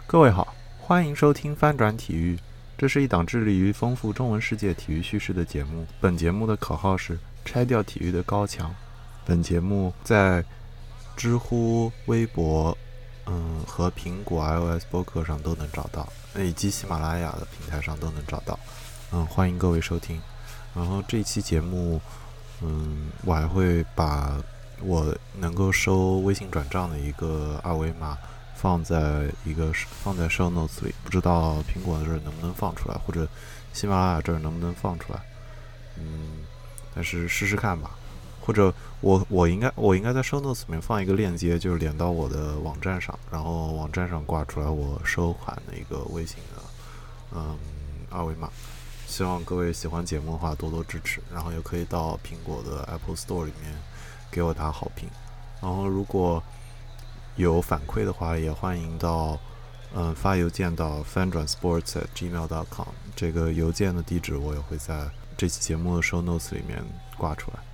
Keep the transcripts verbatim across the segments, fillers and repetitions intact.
各位好，欢迎收听翻转体育，这是一档致力于丰富中文世界体育叙事的节目。本节目的口号是拆掉体育的高墙。本节目在知乎、微博、嗯和苹果 iOS 播客上都能找到，以及喜马拉雅的平台上都能找到。嗯，欢迎各位收听。然后这期节目，嗯，我还会把我能够收微信转账的一个二维码放在一个放在 show notes 里，不知道苹果这儿能不能放出来，或者喜马拉雅这儿能不能放出来。嗯，但是试试看吧。或者我我应该我应该在 show notes 里面放一个链接，就是连到我的网站上，然后网站上挂出来我收款的一个微信的嗯二维码。希望各位喜欢节目的话多多支持，然后也可以到苹果的 Apple Store 里面给我打好评。然后如果有反馈的话，也欢迎到嗯发邮件到 翻转 sports at gmail dot com， 这个邮件的地址我也会在这期节目的 show notes 里面挂出来。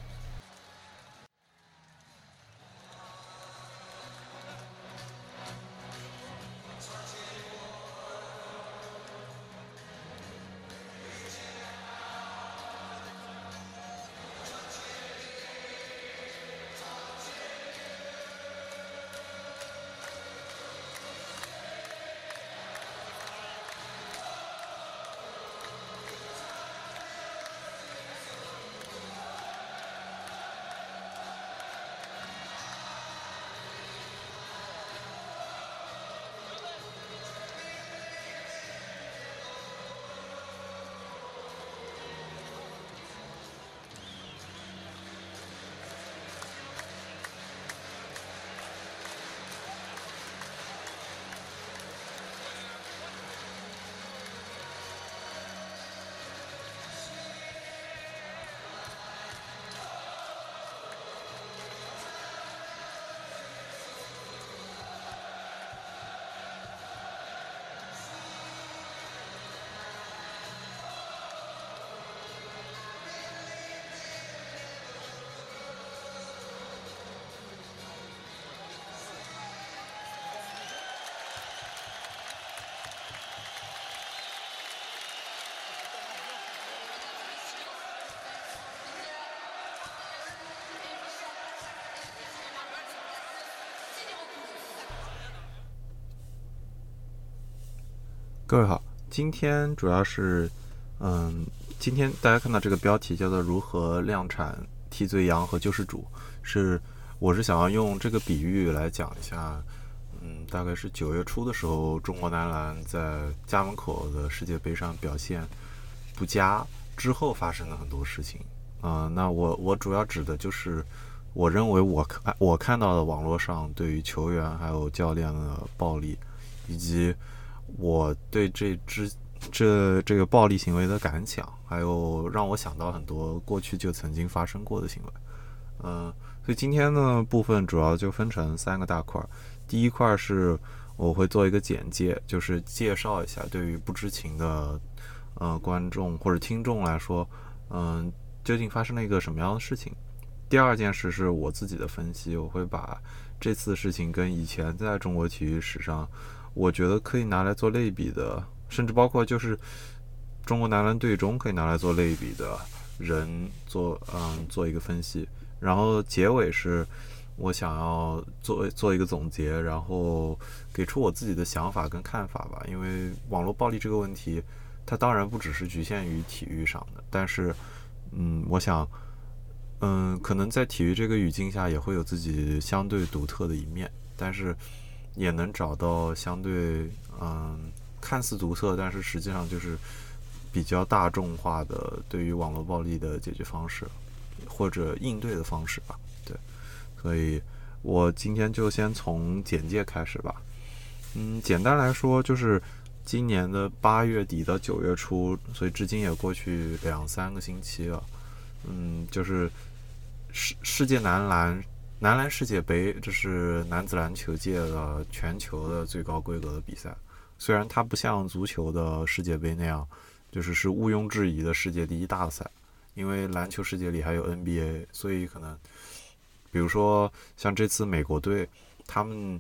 各位好，今天主要是，嗯，今天大家看到这个标题叫做如何量产替罪羊和救世主，是我是想要用这个比喻来讲一下，嗯，大概是九月初的时候，中国男篮在家门口的世界杯上表现不佳之后发生的很多事情。嗯、呃，那我我主要指的就是我认为我看我看到的网络上对于球员还有教练的暴力，以及我对这支这这个暴力行为的感想，还有让我想到很多过去就曾经发生过的行为。嗯、呃，所以今天呢部分主要就分成三个大块。第一块是我会做一个简介，就是介绍一下对于不知情的呃观众或者听众来说，嗯、呃，究竟发生了一个什么样的事情。第二件事是我自己的分析，我会把这次事情跟以前在中国体育史上我觉得可以拿来做类比的，甚至包括就是中国男篮队中可以拿来做类比的人做嗯做一个分析。然后结尾是我想要做做一个总结，然后给出我自己的想法跟看法吧。因为网络暴力这个问题，它当然不只是局限于体育上的，但是嗯，我想嗯，可能在体育这个语境下也会有自己相对独特的一面，但是也能找到相对嗯看似独特，但是实际上就是比较大众化的对于网络暴力的解决方式或者应对的方式吧。对，所以我今天就先从简介开始吧。嗯，简单来说就是今年的八月底到九月初，所以至今也过去两三个星期了。嗯，就是世世界男篮男篮世界杯，这是男子篮球界的全球的最高规格的比赛。虽然它不像足球的世界杯那样，就是是毋庸置疑的世界第一大赛，因为篮球世界里还有 N B A， 所以可能比如说像这次美国队，他们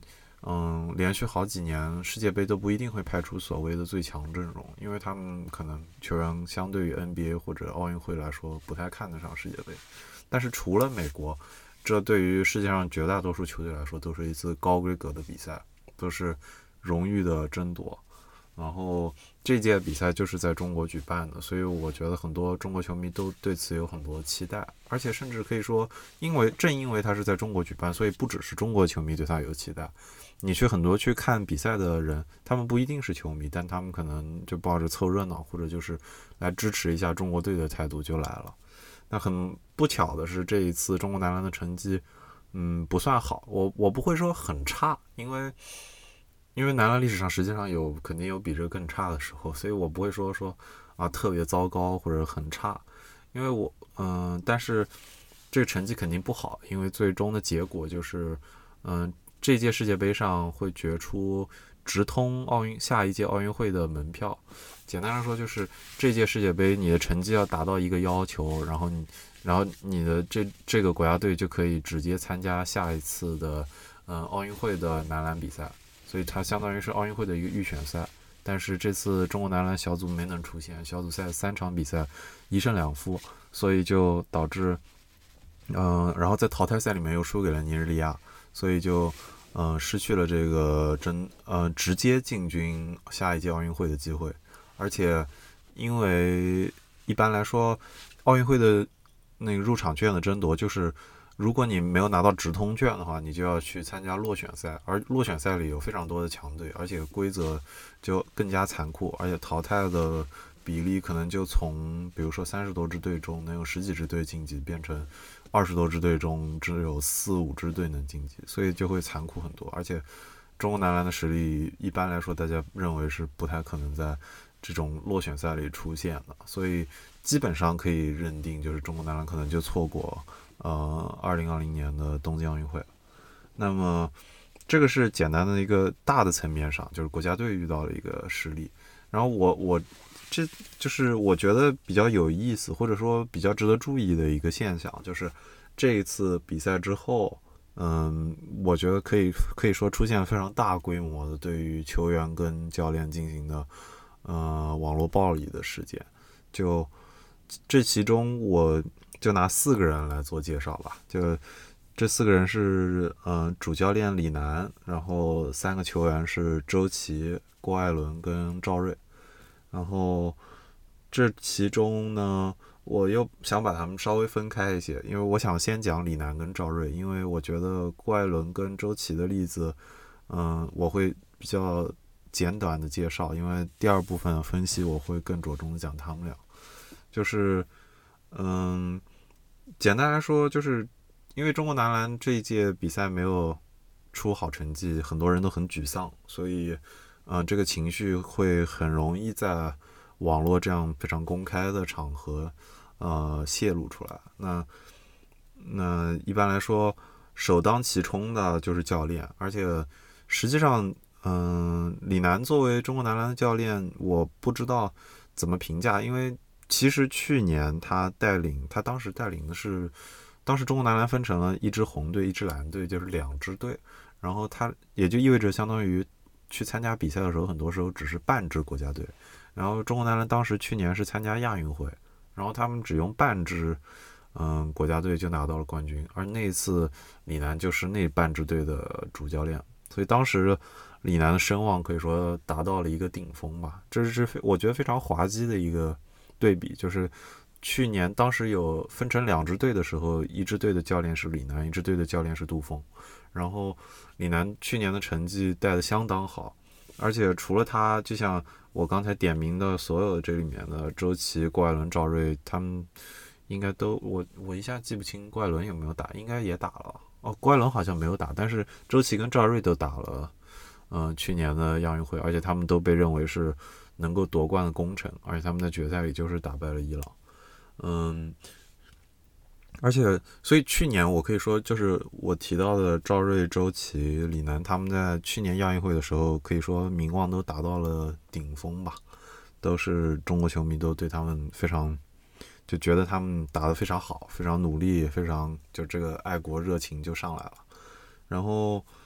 嗯，连续好几年世界杯都不一定会派出所谓的最强阵容，因为他们可能球员相对于 N B A 或者奥运会来说不太看得上世界杯。但是除了美国，这对于世界上绝大多数球队来说都是一次高规格的比赛，都是荣誉的争夺。然后这届比赛就是在中国举办的，所以我觉得很多中国球迷都对此有很多期待，而且甚至可以说，因为正因为它是在中国举办，所以不只是中国球迷对它有期待。你去很多去看比赛的人，他们不一定是球迷，但他们可能就抱着凑热闹或者就是来支持一下中国队的态度就来了。那很不巧的是，这一次中国男篮的成绩，嗯，不算好。我我不会说很差，因为。因为男篮历史上实际上有肯定有比这更差的时候，所以我不会说说啊特别糟糕或者很差，因为我嗯、呃，但是这个成绩肯定不好，因为最终的结果就是嗯、呃，这届世界杯上会决出直通奥运下一届奥运会的门票。简单来说就是这届世界杯你的成绩要达到一个要求，然后你然后你的这这个国家队就可以直接参加下一次的嗯、呃、奥运会的男篮比赛。所以它相当于是奥运会的一个预选赛，但是这次中国男篮小组没能出现，小组赛三场比赛一胜两负，所以就导致，嗯、呃，然后在淘汰赛里面又输给了尼日利亚，所以就，嗯、呃，失去了这个真呃直接进军下一届奥运会的机会，而且因为一般来说，奥运会的那个入场券的争夺就是。如果你没有拿到直通券的话，你就要去参加落选赛，而落选赛里有非常多的强队，而且规则就更加残酷，而且淘汰的比例可能就从比如说三十多支队中能有十几支队晋级，变成二十多支队中只有四五支队能晋级，所以就会残酷很多。而且中国男篮的实力一般来说，大家认为是不太可能在这种落选赛里出现的，所以基本上可以认定，就是中国男篮可能就错过。呃，二零二零年的东京奥运会，那么这个是简单的一个大的层面上，就是国家队遇到了一个失利。然后我我这就是我觉得比较有意思，或者说比较值得注意的一个现象，就是这一次比赛之后，嗯，我觉得可以可以说出现非常大规模的对于球员跟教练进行的呃网络暴力的事件。就这其中我。就拿四个人来做介绍吧，就这四个人是，嗯、呃，主教练李楠，然后三个球员是周琦、郭艾伦跟赵睿，然后这其中呢，我又想把他们稍微分开一些，因为我想先讲李楠跟赵睿，因为我觉得郭艾伦跟周琦的例子，嗯、呃，我会比较简短的介绍，因为第二部分的分析我会更着重的讲他们俩，就是，嗯。简单来说，就是因为中国男篮这一届比赛没有出好成绩，很多人都很沮丧，所以，嗯、呃，这个情绪会很容易在网络这样非常公开的场合，呃，泄露出来。那那一般来说，首当其冲的就是教练，而且实际上，嗯、呃，李楠作为中国男篮的教练，我不知道怎么评价，因为。其实去年他带领，他当时带领的是，当时中国男篮分成了一支红队，一支蓝队，就是两支队。然后他也就意味着，相当于去参加比赛的时候，很多时候只是半支国家队。然后中国男篮当时去年是参加亚运会，然后他们只用半支，嗯，国家队就拿到了冠军。而那一次李楠就是那半支队的主教练，所以当时李楠的声望可以说达到了一个顶峰吧。这是我觉得非常滑稽的一个。对比就是去年当时有分成两支队的时候，一支队的教练是李楠，一支队的教练是杜峰。然后李楠去年的成绩带得相当好，而且除了他，就像我刚才点名的所有这里面的周琦、郭艾伦、赵睿，他们应该都我我一下记不清郭艾伦有没有打，应该也打了哦。郭艾伦好像没有打，但是周琦跟赵睿都打了，嗯、呃，去年的亚运会，而且他们都被认为是。能够夺冠的功臣，而且他们在决赛里就是打败了伊朗，嗯，而且所以去年我可以说，就是我提到的赵睿、周琦、李楠，他们在去年亚运会的时候，可以说名望都达到了顶峰吧，都是中国球迷都对他们非常就觉得他们打得非常好，非常努力，非常就这个爱国热情就上来了，然后。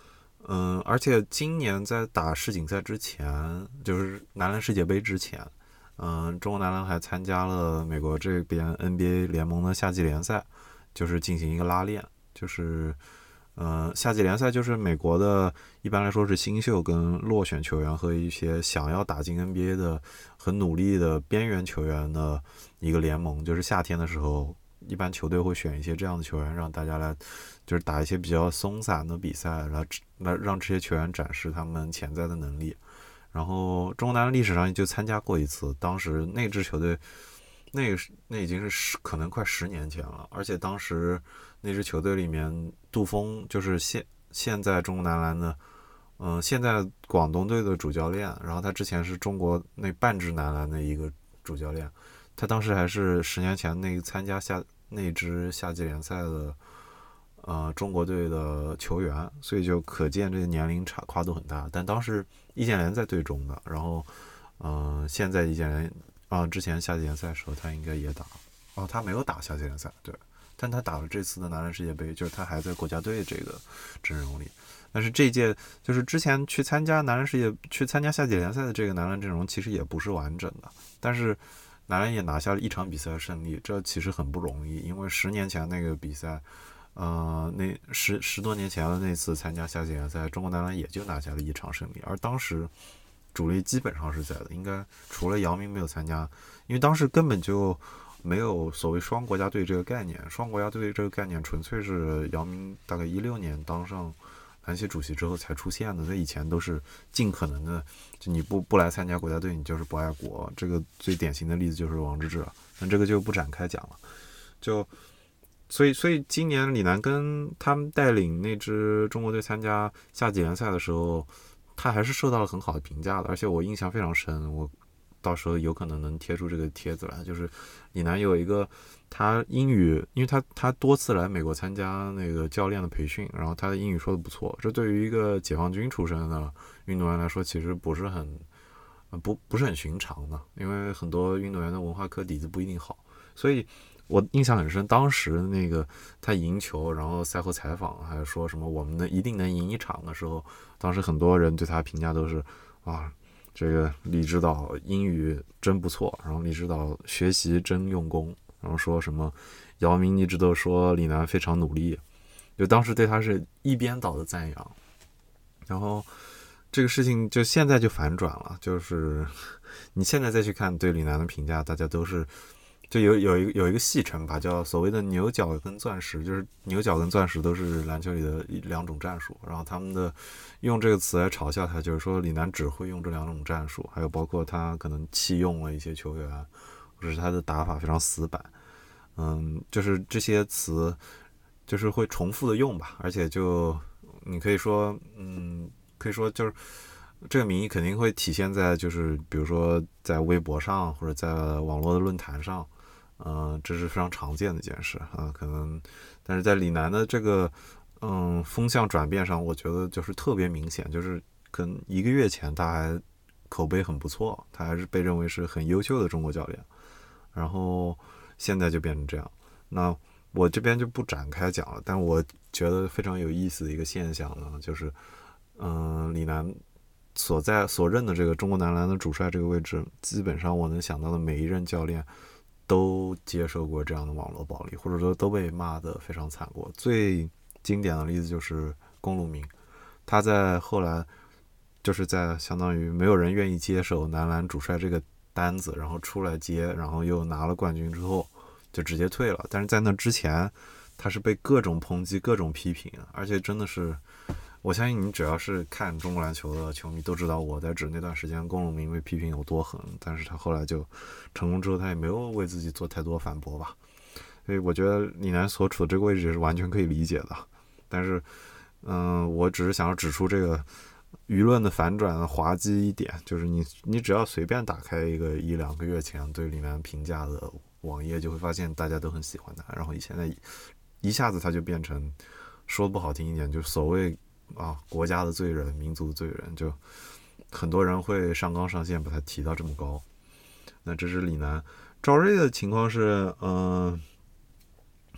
嗯，而且今年在打世锦赛之前，就是男篮世界杯之前，嗯，中国男篮还参加了美国这边 N B A 联盟的夏季联赛，就是进行一个拉练，就是，呃，夏季联赛就是美国的，一般来说是新秀跟落选球员和一些想要打进 N B A 的很努力的边缘球员的一个联盟，就是夏天的时候。一般球队会选一些这样的球员，让大家来，就是打一些比较松散的比赛，来来让这些球员展示他们潜在的能力。然后中国男篮历史上就参加过一次，当时那支球队，那个那已经是十可能快十年前了，而且当时那支球队里面，杜锋就是现现在中国男篮的，嗯、呃，现在广东队的主教练，然后他之前是中国那半支男篮的一个主教练，他当时还是十年前那个参加夏。那支夏季联赛的呃中国队的球员，所以就可见这个年龄差跨度很大。但当时易建联在队中的，然后嗯、呃，现在易建联啊、呃，之前夏季联赛的时候他应该也打哦，他没有打夏季联赛，对，但他打了这次的男篮世界杯，就是他还在国家队这个阵容里。但是这届就是之前去参加男篮世界去参加夏季联赛的这个男篮阵容其实也不是完整的，但是。男篮也拿下了一场比赛的胜利，这其实很不容易，因为十年前那个比赛，呃，那十十多年前的那次参加夏季联赛，中国男篮也就拿下了一场胜利，而当时主力基本上是在的，应该除了姚明没有参加，因为当时根本就没有所谓双国家队这个概念，双国家队这个概念纯粹是姚明大概一六年当上。篮协主席之后才出现的，在以前都是尽可能的，就你不不来参加国家队，你就是不爱国。这个最典型的例子就是王治郅，但这个就不展开讲了。就所以，所以今年李楠跟他们带领那支中国队参加夏季联赛的时候，他还是受到了很好的评价的，而且我印象非常深。我到时候有可能能贴出这个帖子来，就是李楠有一个。他英语，因为他他多次来美国参加那个教练的培训，然后他的英语说的不错。这对于一个解放军出身的运动员来说，其实不是很不不是很寻常的，因为很多运动员的文化课底子不一定好。所以我印象很深，当时那个他赢球，然后赛后采访还说什么我们能一定能赢一场的时候，当时很多人对他评价都是啊，这个李指导英语真不错，然后李指导学习真用功。然后说什么，姚明一直都说李楠非常努力，就当时对他是一边倒的赞扬。然后这个事情就现在就反转了，就是你现在再去看对李楠的评价，大家都是就有有一个有一个戏称吧，叫所谓的牛角跟钻石，就是牛角跟钻石都是篮球里的两种战术，然后他们的用这个词来嘲笑他，就是说李楠只会用这两种战术，还有包括他可能弃用了一些球员。或者是他的打法非常死板，嗯，就是这些词，就是会重复的用吧，而且就你可以说，嗯，可以说就是这个民意肯定会体现在就是比如说在微博上或者在网络的论坛上，嗯，这是非常常见的一件事啊，可能，但是在李楠的这个嗯风向转变上，我觉得就是特别明显，就是可能一个月前他还口碑很不错，他还是被认为是很优秀的中国教练。然后现在就变成这样，那我这边就不展开讲了。但我觉得非常有意思的一个现象呢，就是，嗯、呃，李楠所在所任的这个中国男篮的主帅这个位置，基本上我能想到的每一任教练都接受过这样的网络暴力，或者说都被骂得非常惨过。最经典的例子就是龚路明，他在后来就是在相当于没有人愿意接手男篮主帅这个。单子，然后出来接，然后又拿了冠军之后，就直接退了。但是在那之前，他是被各种抨击、各种批评，而且真的是，我相信你只要是看中国篮球的球迷都知道，我在指那段时间龚路明被批评有多狠。但是他后来就成功之后，他也没有为自己做太多反驳吧。所以我觉得李楠所处的这个位置是完全可以理解的。但是，嗯、呃，我只是想要指出这个。舆论的反转滑稽一点，就是你你只要随便打开一个一两个月前对李楠评价的网页，就会发现大家都很喜欢他，然后现在一下子他就变成说不好听一点，就所谓啊国家的罪人、民族的罪人，就很多人会上纲上线把他提到这么高。那这是李楠。赵睿的情况是，嗯、呃，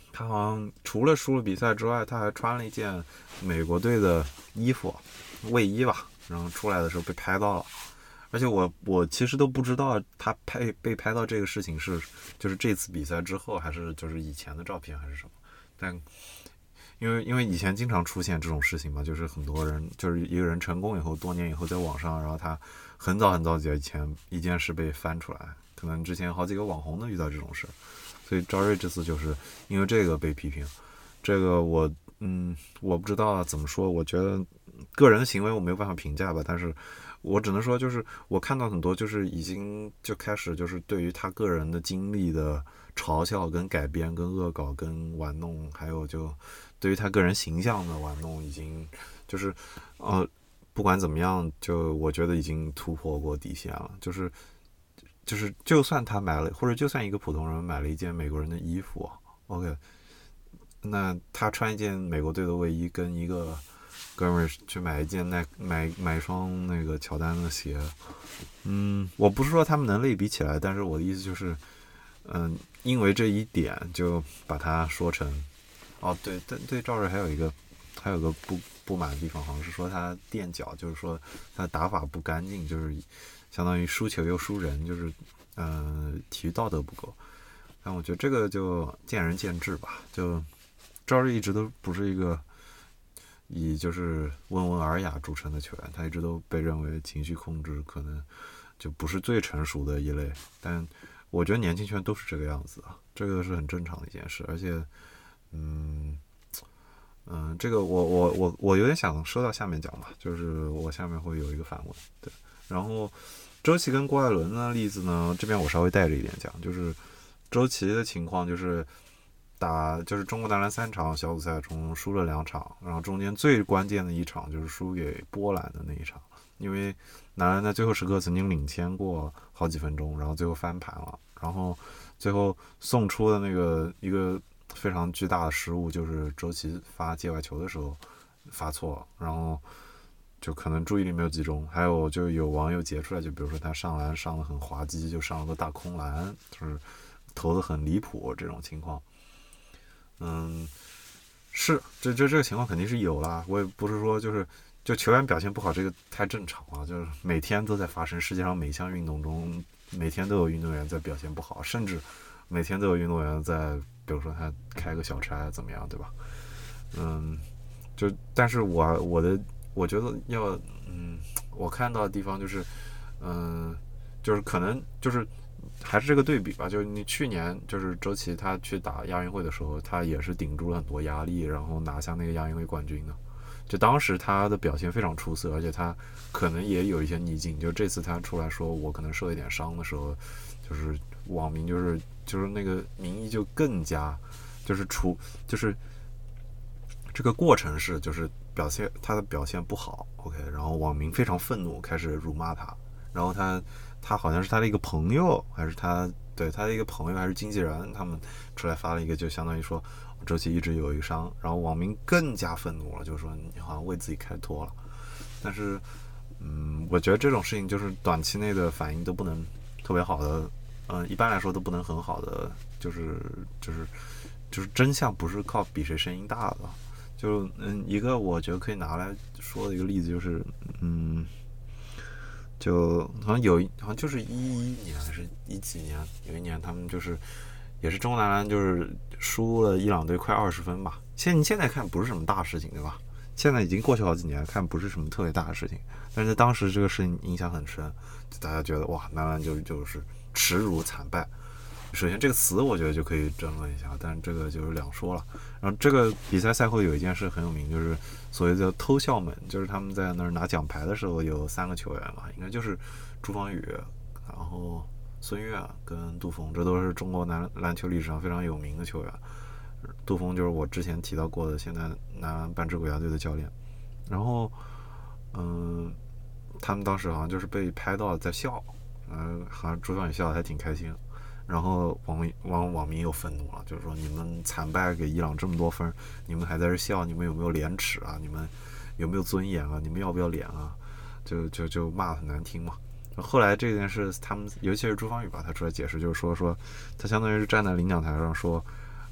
他好像除了输了比赛之外，他还穿了一件美国队的衣服，卫衣吧，然后出来的时候被拍到了。而且我我其实都不知道他拍被拍到这个事情是就是这次比赛之后，还是就是以前的照片还是什么。但因为因为以前经常出现这种事情嘛，就是很多人就是一个人成功以后，多年以后在网上，然后他很早很早以前一件事被翻出来，可能之前好几个网红都遇到这种事，所以赵睿这次就是因为这个被批评。这个我嗯我不知道怎么说，我觉得个人的行为我没有办法评价吧，但是我只能说就是我看到很多就是已经就开始就是对于他个人的经历的嘲笑跟改编跟恶搞跟玩弄，还有就对于他个人形象的玩弄，已经就是呃不管怎么样，就我觉得已经突破过底线了。就是就是就算他买了，或者就算一个普通人买了一件美国人的衣服 ，OK， 那他穿一件美国队的卫衣，跟一个哥们儿去买一件耐买买一双那个乔丹的鞋，嗯，我不是说他们能类比起来，但是我的意思就是，嗯，因为这一点就把它说成，哦，对，对对，赵睿还有一个还有个不不满的地方，好像是说他垫脚，就是说他打法不干净，就是相当于输球又输人，就是嗯、呃，体育道德不够。但我觉得这个就见仁见智吧。就赵睿一直都不是一个以就是温文尔雅著称的球员，他一直都被认为情绪控制可能就不是最成熟的一类。但我觉得年轻球员都是这个样子啊，这个是很正常的一件事。而且，嗯嗯，这个我我我我有点想说到下面讲吧，就是我下面会有一个反问，对。然后周琦跟郭艾伦的例子呢，这边我稍微带着一点讲，就是周琦的情况就是打就是中国男篮三场小组赛中输了两场，然后中间最关键的一场就是输给波兰的那一场，因为男篮在最后时刻曾经领先过好几分钟，然后最后翻盘了，然后最后送出的那个一个非常巨大的失误，就是周琦发界外球的时候发错，然后就可能注意力没有集中。还有就有网友截出来，就比如说他上篮上的很滑稽，就上了个大空篮，就是投的很离谱这种情况。嗯，是，这这这个情况肯定是有啦。我也不是说就是就球员表现不好，这个太正常了，就是每天都在发生。世界上每项运动中，每天都有运动员在表现不好，甚至每天都有运动员在，比如说他开个小差怎么样，对吧？嗯，就但是我我的我觉得要嗯，我看到的地方就是，嗯，就是可能就是还是这个对比吧，就是你去年就是周琦他去打亚运会的时候，他也是顶住了很多压力，然后拿下那个亚运会冠军的。就当时他的表现非常出色，而且他可能也有一些逆境。就这次他出来说我可能受一点伤的时候，就是网民就是就是那个民意就更加就是出就是这个过程是就是表现他的表现不好 ，OK， 然后网民非常愤怒，开始辱骂他，然后他他好像是他的一个朋友，还是他对他的一个朋友还是经纪人，他们出来发了一个，就相当于说周琦一直有一个伤，然后网民更加愤怒了，就是说你好像为自己开脱了。但是，嗯，我觉得这种事情就是短期内的反应都不能特别好的，嗯，一般来说都不能很好的，就是就是就是真相不是靠比谁声音大的。就嗯，一个我觉得可以拿来说的一个例子就是，嗯，就好像有好像就是一一年还是一几年，有一年他们就是也是中国男篮就是输了伊朗队快二十分吧。现你现在看不是什么大事情，对吧？现在已经过去好几年，看不是什么特别大的事情，但是当时这个事情影响很深，就大家觉得哇，男篮就就是耻辱惨败。首先这个词我觉得就可以争论一下，但这个就是两说了。然后这个比赛赛后有一件事很有名，就是所谓的偷笑门，就是他们在那儿拿奖牌的时候，有三个球员嘛，应该就是朱芳雨，然后孙悦跟杜峰，这都是中国男篮球历史上非常有名的球员。杜峰就是我之前提到过的，现在男篮半支国家队的教练。然后，嗯，他们当时好像就是被拍到在笑，呃，好像朱芳雨笑得还挺开心。然后网网网民又愤怒了，就是说你们惨败给伊朗这么多分，你们还在这笑，你们有没有廉耻啊？你们有没有尊严啊？你们要不要脸啊？就就就骂很难听嘛。后来这件事，他们尤其是朱芳雨吧，他出来解释，就是说说他相当于是站在领奖台上说，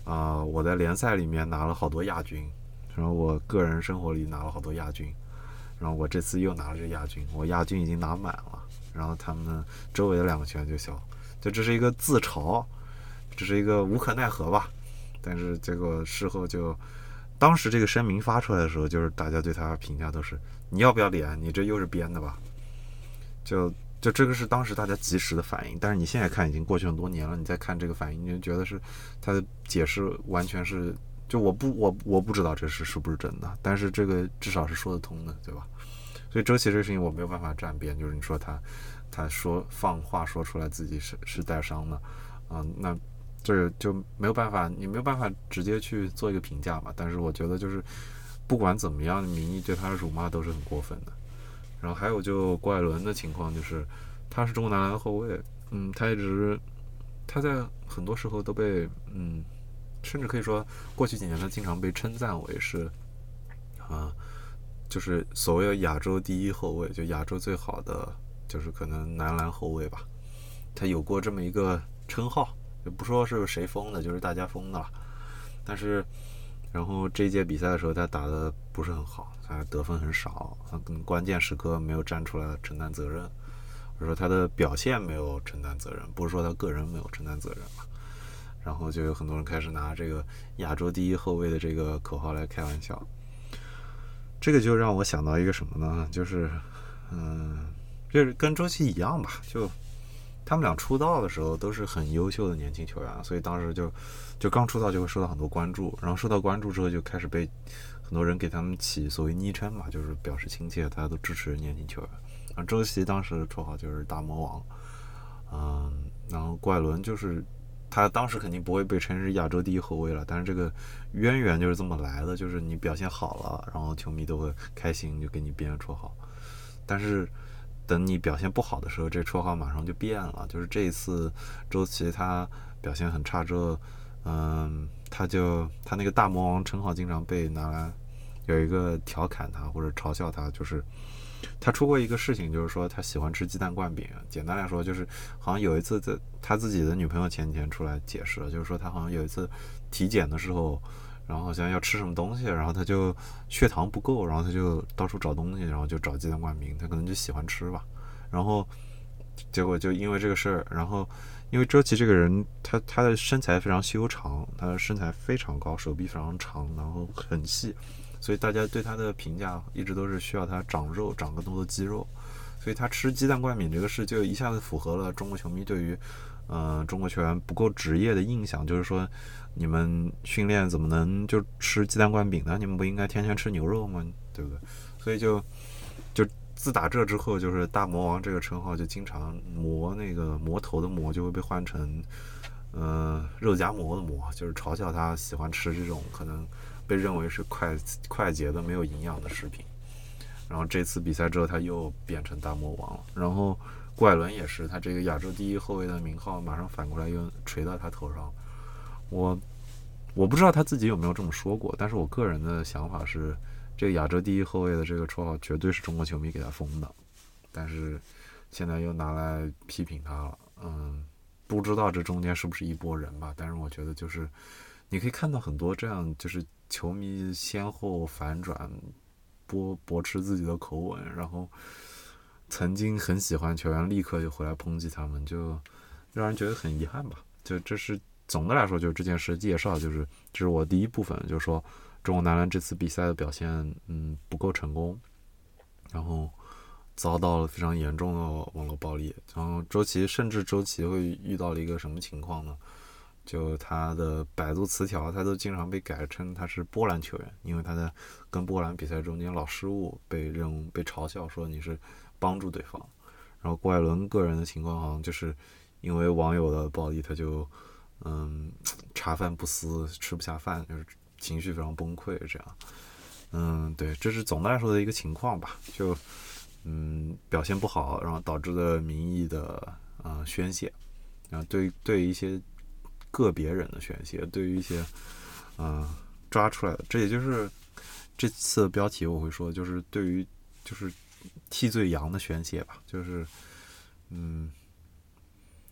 啊、呃，我在联赛里面拿了好多亚军，然后我个人生活里拿了好多亚军，然后我这次又拿了这亚军，我亚军已经拿满了，然后他们周围的两个球员就笑，就这是一个自嘲，这是一个无可奈何吧。但是结果事后就，当时这个声明发出来的时候，就是大家对他评价都是你要不要脸，你这又是编的吧？就就这个是当时大家及时的反应，但是你现在看已经过去很多年了，你再看这个反应，你就觉得是他的解释完全是，就我不我我不知道这是是不是真的，但是这个至少是说得通的，对吧？所以周琦这个事情我没有办法站边，就是你说他他说放话说出来自己是是带伤的，啊、嗯，那这个就没有办法，你没有办法直接去做一个评价嘛。但是我觉得就是不管怎么样，民意对他的辱骂都是很过分的。然后还有就郭艾伦的情况，就是他是中国男篮的后卫，嗯，他一直他在很多时候都被嗯，甚至可以说过去几年他经常被称赞为是啊，就是所谓的亚洲第一后卫，就亚洲最好的就是可能男篮后卫吧，他有过这么一个称号，就不说是谁封的，就是大家封的了。但是然后这一届比赛的时候他打的不是很好，他得分很少，他跟关键时刻没有站出来承担责任，或者说他的表现没有承担责任，不是说他个人没有承担责任嘛。然后就有很多人开始拿这个亚洲第一后卫的这个口号来开玩笑。这个就让我想到一个什么呢？就是嗯，就是跟周琦一样吧，就他们俩出道的时候都是很优秀的年轻球员，所以当时就就刚出道就会受到很多关注，然后受到关注之后就开始被很多人给他们起所谓昵称嘛，就是表示亲切，大家都支持年轻球员。然后周琦当时的绰号就是大魔王，嗯，然后郭艾伦就是他当时肯定不会被称是亚洲第一后卫了，但是这个渊源就是这么来的，就是你表现好了，然后球迷都会开心，就给你编绰号。但是等你表现不好的时候，这绰号马上就变了。就是这一次周琦他表现很差之后，嗯，他就他那个大魔王称号经常被拿来有一个调侃他或者嘲笑他，就是他出过一个事情，就是说他喜欢吃鸡蛋灌饼。简单来说，就是好像有一次在他自己的女朋友前几天出来解释了，就是说他好像有一次体检的时候，然后好像要吃什么东西，然后他就血糖不够，然后他就到处找东西，然后就找鸡蛋灌饼，他可能就喜欢吃吧。然后结果就因为这个事儿，然后因为周琦这个人，他他的身材非常修长，他的身材非常高，手臂非常长，然后很细。所以大家对他的评价一直都是需要他长肉，长更多的肌肉。所以他吃鸡蛋灌饼这个事，就一下子符合了中国球迷对于，呃，中国球员不够职业的印象，就是说，你们训练怎么能就吃鸡蛋灌饼呢？你们不应该天天吃牛肉吗？对不对？所以就就自打这之后，就是大魔王这个称号就经常魔那个魔头的魔就会被换成，呃，肉夹馍的馍，就是嘲笑他喜欢吃这种可能被认为是快快捷的没有营养的食品。然后这次比赛之后他又变成大魔王了，然后郭艾伦也是，他这个亚洲第一后卫的名号马上反过来又垂到他头上。我我不知道他自己有没有这么说过，但是我个人的想法是，这个亚洲第一后卫的这个绰号绝对是中国球迷给他封的，但是现在又拿来批评他了。嗯，不知道这中间是不是一拨人吧，但是我觉得就是你可以看到很多这样，就是球迷先后反转，驳驳斥自己的口吻，然后曾经很喜欢球员立刻就回来抨击他们，就让人觉得很遗憾吧。就这是总的来说，就是这件事介绍，就是这是我第一部分，就是说中国男篮这次比赛的表现，嗯，不够成功，然后遭到了非常严重的网络暴力。然后周琦，甚至周琦会遇到了一个什么情况呢？就他的百度词条，他都经常被改称他是波兰球员，因为他在跟波兰比赛中间老失误，被认被嘲笑说你是帮助对方。然后郭艾伦个人的情况好像就是因为网友的暴力，他就嗯茶饭不思，吃不下饭，就是情绪非常崩溃这样。嗯，对，这是总的来说的一个情况吧。就嗯表现不好，然后导致的民意的呃宣泄，然后对对于一些个别人的宣泄，对于一些嗯、呃、抓出来的，这也就是这次的标题我会说，就是对于就是替罪羊的宣泄吧，就是嗯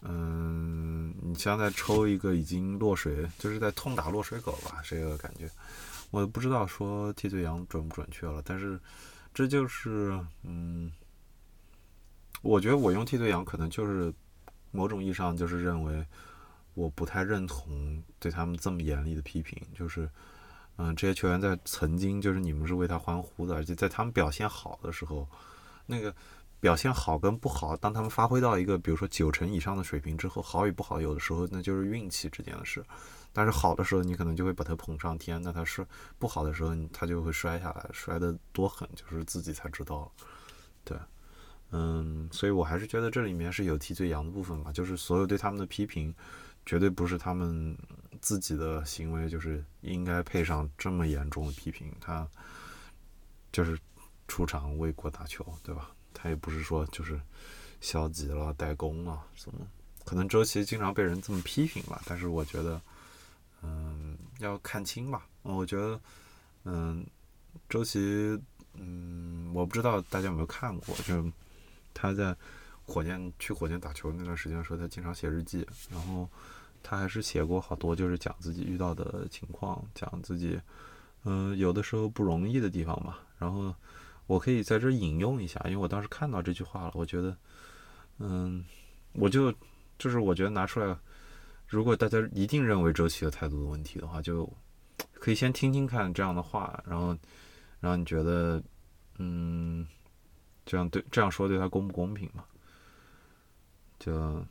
嗯，你像在抽一个已经落水，就是在痛打落水狗吧，这个感觉。我不知道说替罪羊准不准确了，但是这就是嗯，我觉得我用替罪羊可能就是某种意义上就是认为我不太认同对他们这么严厉的批评，就是嗯，这些球员在曾经就是你们是为他欢呼的，而且在他们表现好的时候，那个表现好跟不好，当他们发挥到一个比如说九成以上的水平之后，好与不好有的时候那就是运气之间的事。但是好的时候你可能就会把他捧上天，那他是不好的时候他就会摔下来，摔得多狠就是自己才知道。对，嗯，所以我还是觉得这里面是有替罪羊的部分吧，就是所有对他们的批评绝对不是他们自己的行为就是应该配上这么严重的批评，他就是出场为国打球，对吧？他也不是说就是消极了、怠工了什么，可能周琦经常被人这么批评吧，但是我觉得，嗯，要看清吧。我觉得，嗯，周琦，嗯，我不知道大家有没有看过，就他在火箭去火箭打球那段时间的时候，他经常写日记，然后他还是写过好多，就是讲自己遇到的情况，讲自己，嗯、呃，有的时候不容易的地方吧。然后我可以在这引用一下，因为我当时看到这句话了，我觉得，嗯，我就就是我觉得拿出来，如果大家一定认为周琦的态度的问题的话，就可以先听听看这样的话，然后，然后你觉得，嗯，这样对这样说对他公不公平嘛？就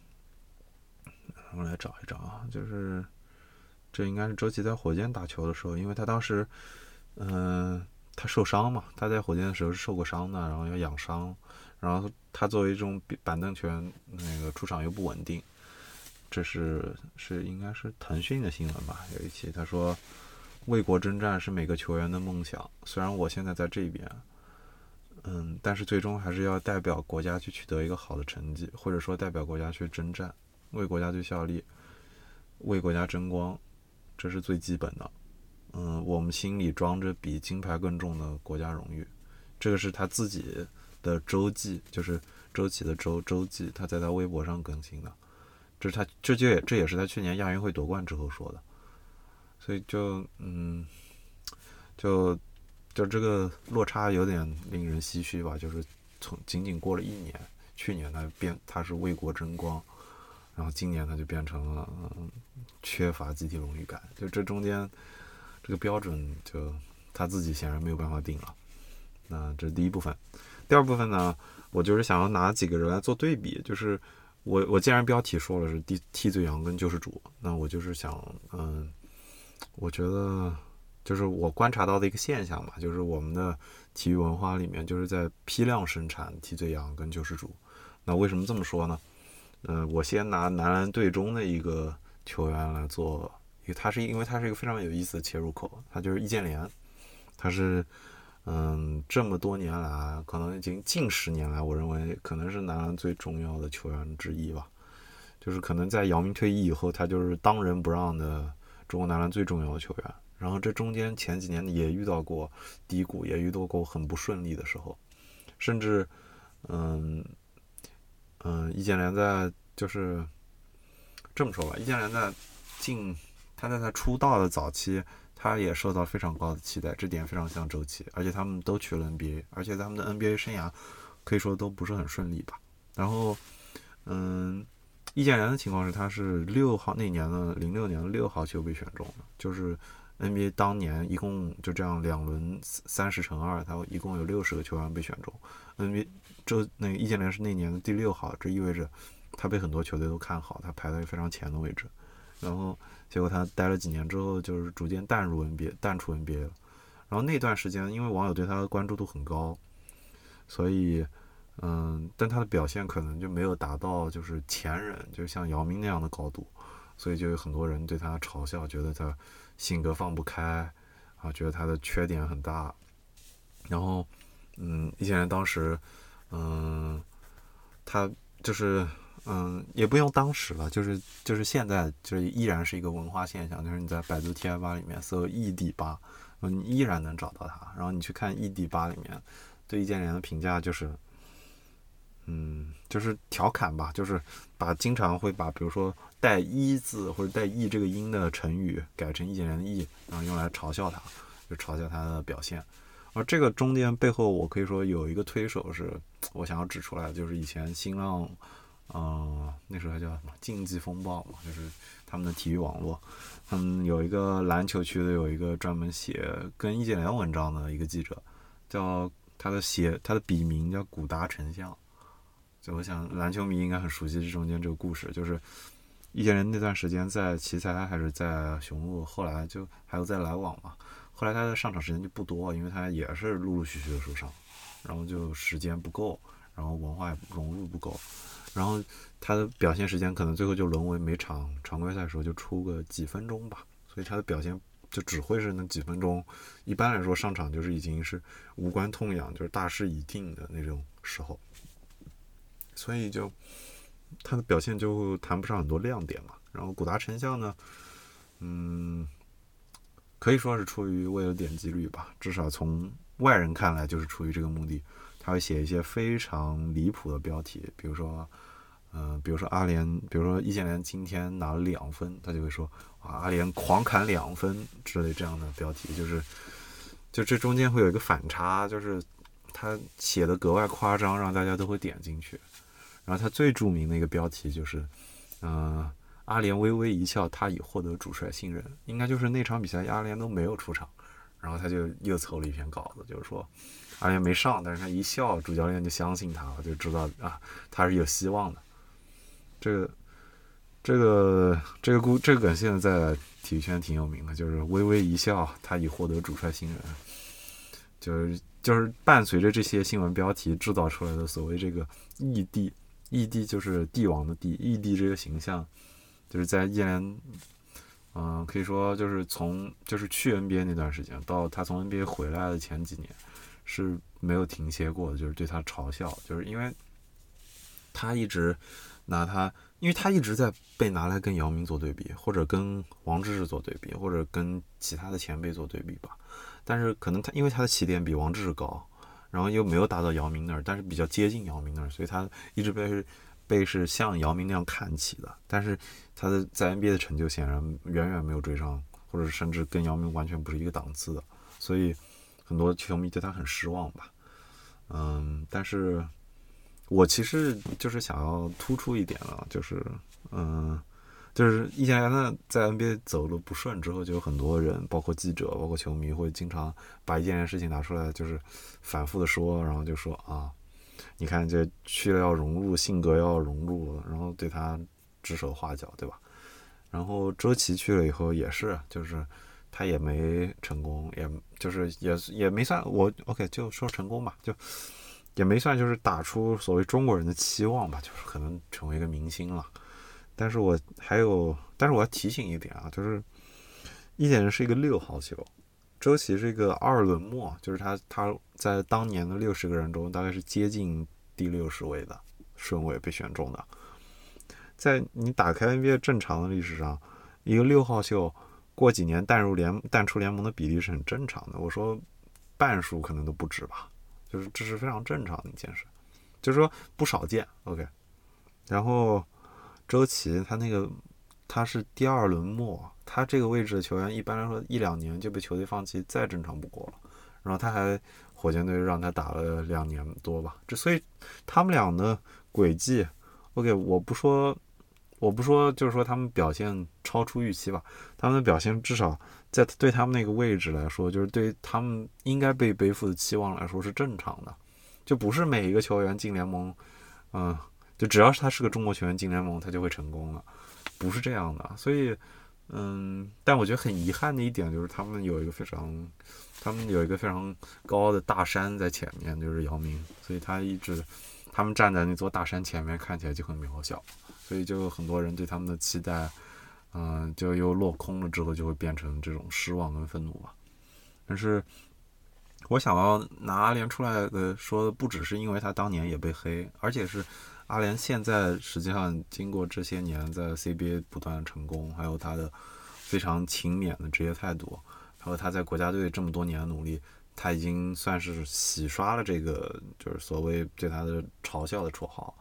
我来找一找啊，就是这应该是周琦在火箭打球的时候，因为他当时，嗯、呃，他受伤嘛，他在火箭的时候是受过伤的，然后要养伤，然后他作为这种板凳球员，那个出场又不稳定，这是是应该是腾讯的新闻吧？有一期他说，为国征战是每个球员的梦想，虽然我现在在这边，嗯，但是最终还是要代表国家去取得一个好的成绩，或者说代表国家去征战，为国家去效力，为国家争光，这是最基本的。嗯，我们心里装着比金牌更重的国家荣誉，这个是他自己的周记，就是周琦的周周记，他在他微博上更新的。这是他这就也这也是他去年亚运会夺冠之后说的，所以就嗯，就就这个落差有点令人唏嘘吧，就是从仅仅过了一年，去年他变他是为国争光，然后今年他就变成了、嗯、缺乏集体荣誉感，就这中间这个标准就他自己显然没有办法定了。那这是第一部分，第二部分呢，我就是想要拿几个人来做对比，就是我我既然标题说了是替替罪羊跟救世主，那我就是想嗯，我觉得就是我观察到的一个现象嘛，就是我们的体育文化里面就是在批量生产替罪羊跟救世主。那为什么这么说呢？嗯、呃，我先拿男篮队中的一个球员来做，因为他是因为他是一个非常有意思的切入口，他就是易建联，他是嗯这么多年来，可能已经近十年来，我认为可能是男篮最重要的球员之一吧。就是可能在姚明退役以后，他就是当仁不让的中国男篮最重要的球员。然后这中间前几年也遇到过低谷，也遇到过很不顺利的时候，甚至嗯嗯，易建联在就是这么说吧，易建联在进他在他出道的早期，他也受到非常高的期待，这点非常像周琦，而且他们都去了 N B A， 而且他们的 N B A 生涯可以说都不是很顺利吧。然后嗯。易建联的情况是，他是六号那年的零六年的六号就被选中的，就是 N B A 当年一共就这样两轮三十乘二，他一共有六十个球员被选中。N B A 这那个易建联是那年的第六号，这意味着他被很多球队都看好，他排在非常前的位置。然后结果他待了几年之后，就是逐渐淡入 N B A， 淡出 N B A 了。然后那段时间，因为网友对他的关注度很高，所以。嗯，但他的表现可能就没有达到就是前人，就像姚明那样的高度，所以就有很多人对他嘲笑，觉得他性格放不开啊，觉得他的缺点很大。然后，嗯，易建联当时，嗯，他就是嗯，也不用当时了，就是就是现在，就是依然是一个文化现象，就是你在百度贴吧里面搜易地吧，你依然能找到他。然后你去看易地吧里面对易建联的评价就是。嗯， 就是调侃吧，就是把经常会把比如说带一字或者带一这个音的成语改成易建联的易，然后用来嘲笑他，就嘲笑他的表现。而这个中间背后，我可以说有一个推手是我想要指出来的，就是以前新浪，嗯、呃，那时候还叫什么竞技风暴嘛，就是他们的体育网络，他们有一个篮球区的有一个专门写跟易建联文章的一个记者，叫他的写他的笔名叫古达丞相。就我想篮球迷应该很熟悉这中间这个故事，就是易建联那段时间在奇才还是在雄鹿，后来就还有在来往嘛。后来他的上场时间就不多，因为他也是陆陆续续的受伤，然后就时间不够，然后文化也融入不够，然后他的表现时间可能最后就沦为每场常规赛的时候就出个几分钟吧，所以他的表现就只会是那几分钟。一般来说上场就是已经是无关痛痒，就是大势已定的那种时候，所以就他的表现就谈不上很多亮点嘛。然后古达丞相呢，嗯。可以说是出于为了点击率吧，至少从外人看来就是出于这个目的。他会写一些非常离谱的标题，比如说，嗯、呃，比如说阿联，比如说易建联今天拿了两分，他就会说啊，阿联狂砍两分之类这样的标题，就是，就这中间会有一个反差，就是他写的格外夸张，让大家都会点进去。然后他最著名的一个标题就是，嗯、呃。阿联微微一笑，他已获得主帅信任，应该就是那场比赛阿联都没有出场，然后他就又凑了一篇稿子，就是说阿联没上，但是他一笑，主教练就相信他了，就知道啊他是有希望的。这个这个这个故这个梗现在在体育圈挺有名的，就是微微一笑，他已获得主帅信任，就是就是伴随着这些新闻标题制造出来的所谓这个义帝，义帝就是帝王的帝，义帝这个形象。就是在易建联，嗯、呃，可以说就是从就是去 N B A 那段时间到他从 N B A 回来的前几年，是没有停歇过的，就是对他嘲笑，就是因为他一直拿他，因为他一直在被拿来跟姚明做对比，或者跟王治郅做对比，或者跟其他的前辈做对比吧。但是可能他因为他的起点比王治郅高，然后又没有达到姚明那儿，但是比较接近姚明那儿，所以他一直被。被是像姚明那样看起的，但是他的在 N B A 的成就显然远远没有追上，或者甚至跟姚明完全不是一个档次的，所以很多球迷对他很失望吧。嗯，但是我其实就是想要突出一点了，就是嗯，就是易建联呢在 N B A 走路不顺之后，就有很多人，包括记者，包括球迷，会经常把易建联事情拿出来，就是反复的说，然后就说啊。你看，这去了要融入，性格要融入，然后对他指手画脚，对吧？然后周琦去了以后也是，就是他也没成功，也就是也也没算我 OK 就说成功吧，就也没算就是打出所谓中国人的期望吧，就是可能成为一个明星了。但是我还有，但是我要提醒一点啊，就是易建联是一个六号球。周琦是一个二轮末，就是他他在当年的六十个人中，大概是接近第六十位的顺位被选中的。在你打开 N B A 正常的历史上，一个六号秀过几年淡入联淡出联盟的比例是很正常的。我说半数可能都不止吧，就是这是非常正常的一件事，就是说不少见。OK， 然后周琦他那个他是第二轮末。他这个位置的球员一般来说一两年就被球队放弃，再正常不过了。然后他还火箭队让他打了两年多吧，这所以他们俩的轨迹 ，OK， 我不说，我不说，就是说他们表现超出预期吧，他们的表现至少在对他们那个位置来说，就是对他们应该被背负的期望来说是正常的，就不是每一个球员进联盟，嗯，就只要是他是个中国球员进联盟，他就会成功了，不是这样的，所以。嗯，但我觉得很遗憾的一点就是他们有一个非常，他们有一个非常高的大山在前面，就是姚明，所以他一直，他们站在那座大山前面看起来就很渺小，所以就很多人对他们的期待，嗯、呃，就又落空了之后就会变成这种失望跟愤怒吧。但是我想要拿阿联出来的说，不只是因为他当年也被黑，而且是。阿联现在实际上经过这些年在 C B A 不断的成功，还有他的非常勤勉的职业态度，还有他在国家队这么多年的努力，他已经算是洗刷了这个就是所谓对他的嘲笑的绰号。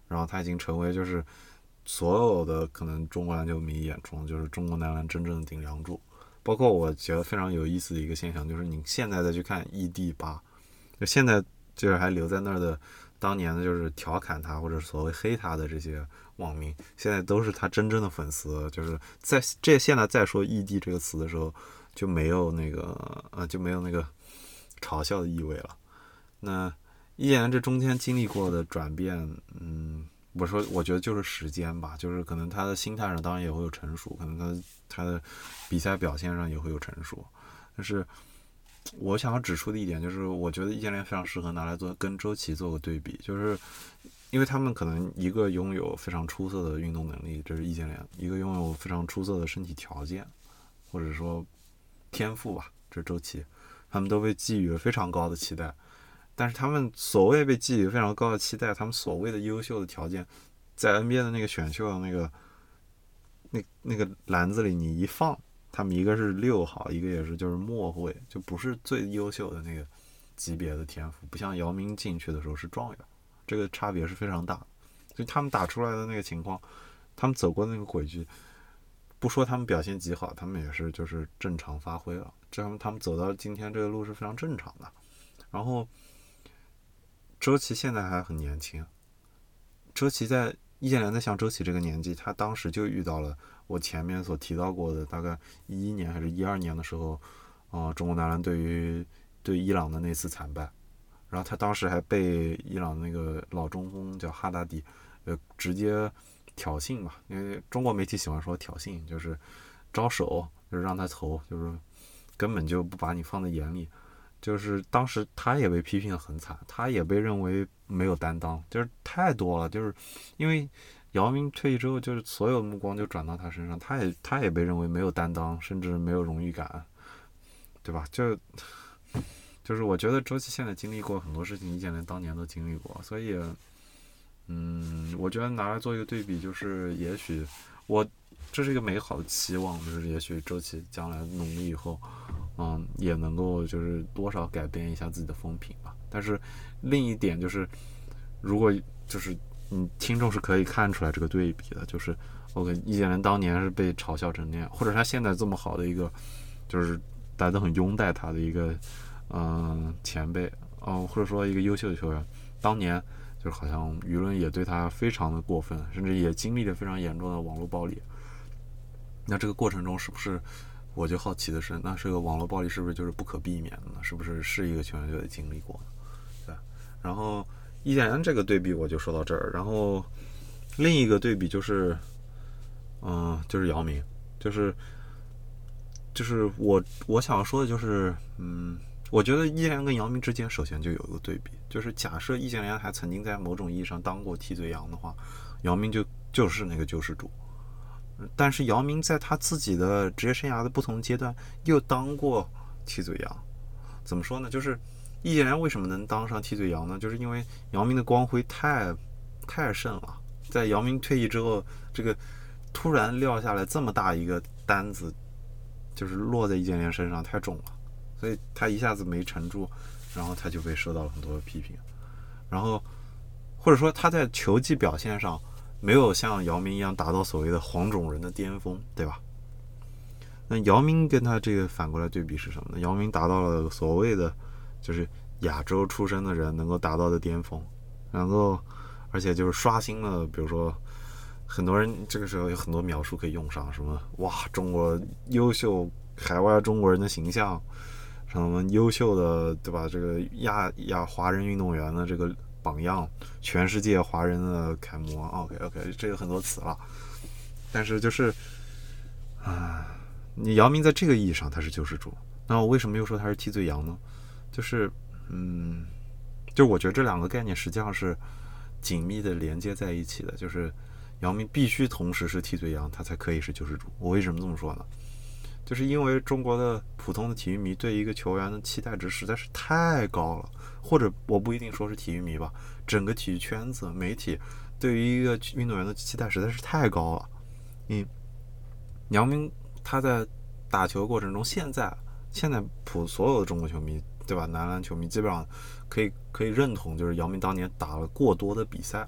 然后他已经成为就是所有的可能中国篮球迷眼中就是中国男篮真正的顶梁柱。包括我觉得非常有意思的一个现象，就是你现在再去看 E D 八，就现在就是还留在那儿的当年的就是调侃他或者所谓黑他的这些网民，现在都是他真正的粉丝。就是在这现在再说 E D 这个词的时候，就没有那个呃就没有那个嘲笑的意味了。那易建联这中间经历过的转变，嗯，我说我觉得就是时间吧，就是可能他的心态上当然也会有成熟，可能他他的比赛表现上也会有成熟，但是我想要指出的一点就是，我觉得易建联非常适合拿来做跟周琦做个对比，就是因为他们可能一个拥有非常出色的运动能力，这是易建联；一个拥有非常出色的身体条件，或者说天赋吧，这是周琦。他们都被寄予了非常高的期待，但是他们所谓被寄予非常高的期待，他们所谓的优秀的条件，在 N B A 的那个选秀的那个那那个篮子里你一放，他们一个是六号，一个也是就是末位，就不是最优秀的那个级别的天赋，不像姚明进去的时候是状元，这个差别是非常大的。所以他们打出来的那个情况，他们走过那个轨迹，不说他们表现极好，他们也是就是正常发挥了，这样他们走到今天这个路是非常正常的。然后周琦现在还很年轻，周琦在易建联在像周琦这个年纪，他当时就遇到了我前面所提到过的，大概一一年还是一二年的时候，呃，中国男篮对于对伊朗的那次惨败，然后他当时还被伊朗那个老中锋叫哈达迪，呃，直接挑衅嘛，因为中国媒体喜欢说挑衅，就是招手，就是让他投，就是根本就不把你放在眼里。就是当时他也被批评得很惨，他也被认为没有担当，就是太多了。就是因为姚明退役之后，就是所有目光就转到他身上，他也他也被认为没有担当，甚至没有荣誉感，对吧？就就是我觉得周琦现在经历过很多事情，易建联当年都经历过，所以嗯，我觉得拿来做一个对比，就是也许我这是一个美好的期望，就是也许周琦将来努力以后。嗯，也能够就是多少改变一下自己的风评吧。但是另一点就是，如果就是嗯，听众是可以看出来这个对比的，就是 OK， 易建联当年是被嘲笑成那样，或者他现在这么好的一个，就是大家都很拥戴他的一个嗯、呃、前辈哦、呃，或者说一个优秀的球员，当年就是好像舆论也对他非常的过分，甚至也经历了非常严重的网络暴力。那这个过程中是不是？我就好奇的是，那这个网络暴力是不是就是不可避免的呢？是不是是一个球员就得经历过呢？对。然后易建联这个对比我就说到这儿，然后另一个对比就是，嗯、呃，就是姚明，就是就是我我想要说的就是，嗯，我觉得易建联跟姚明之间首先就有一个对比，就是假设易建联还曾经在某种意义上当过替罪羊的话，姚明就就是那个救世主。但是姚明在他自己的职业生涯的不同阶段又当过替罪羊，怎么说呢？就是易建联为什么能当上替罪羊呢？就是因为姚明的光辉太太盛了，在姚明退役之后，这个突然撂下来这么大一个单子，就是落在易建联身上太重了，所以他一下子没沉住，然后他就被受到了很多的批评，然后或者说他在球技表现上。没有像姚明一样达到所谓的黄种人的巅峰，对吧？那姚明跟他这个反过来对比是什么呢？姚明达到了所谓的就是亚洲出生的人能够达到的巅峰，能够而且就是刷新了，比如说很多人这个时候有很多描述可以用上，什么哇中国优秀海外中国人的形象，什么优秀的对吧？这个亚亚华人运动员的这个。榜样，全世界华人的楷模。OK OK， 这有很多词了，但是就是啊，你姚明在这个意义上他是救世主，那我为什么又说他是替罪羊呢？就是嗯，就是我觉得这两个概念实际上是紧密的连接在一起的，就是姚明必须同时是替罪羊，他才可以是救世主。我为什么这么说呢？就是因为中国的普通的体育迷对一个球员的期待值实在是太高了，或者我不一定说是体育迷吧，整个体育圈子媒体对于一个运动员的期待实在是太高了。嗯，姚明他在打球过程中，现在现在普所有的中国球迷对吧，男篮球迷基本上可以可以认同，就是姚明当年打了过多的比赛，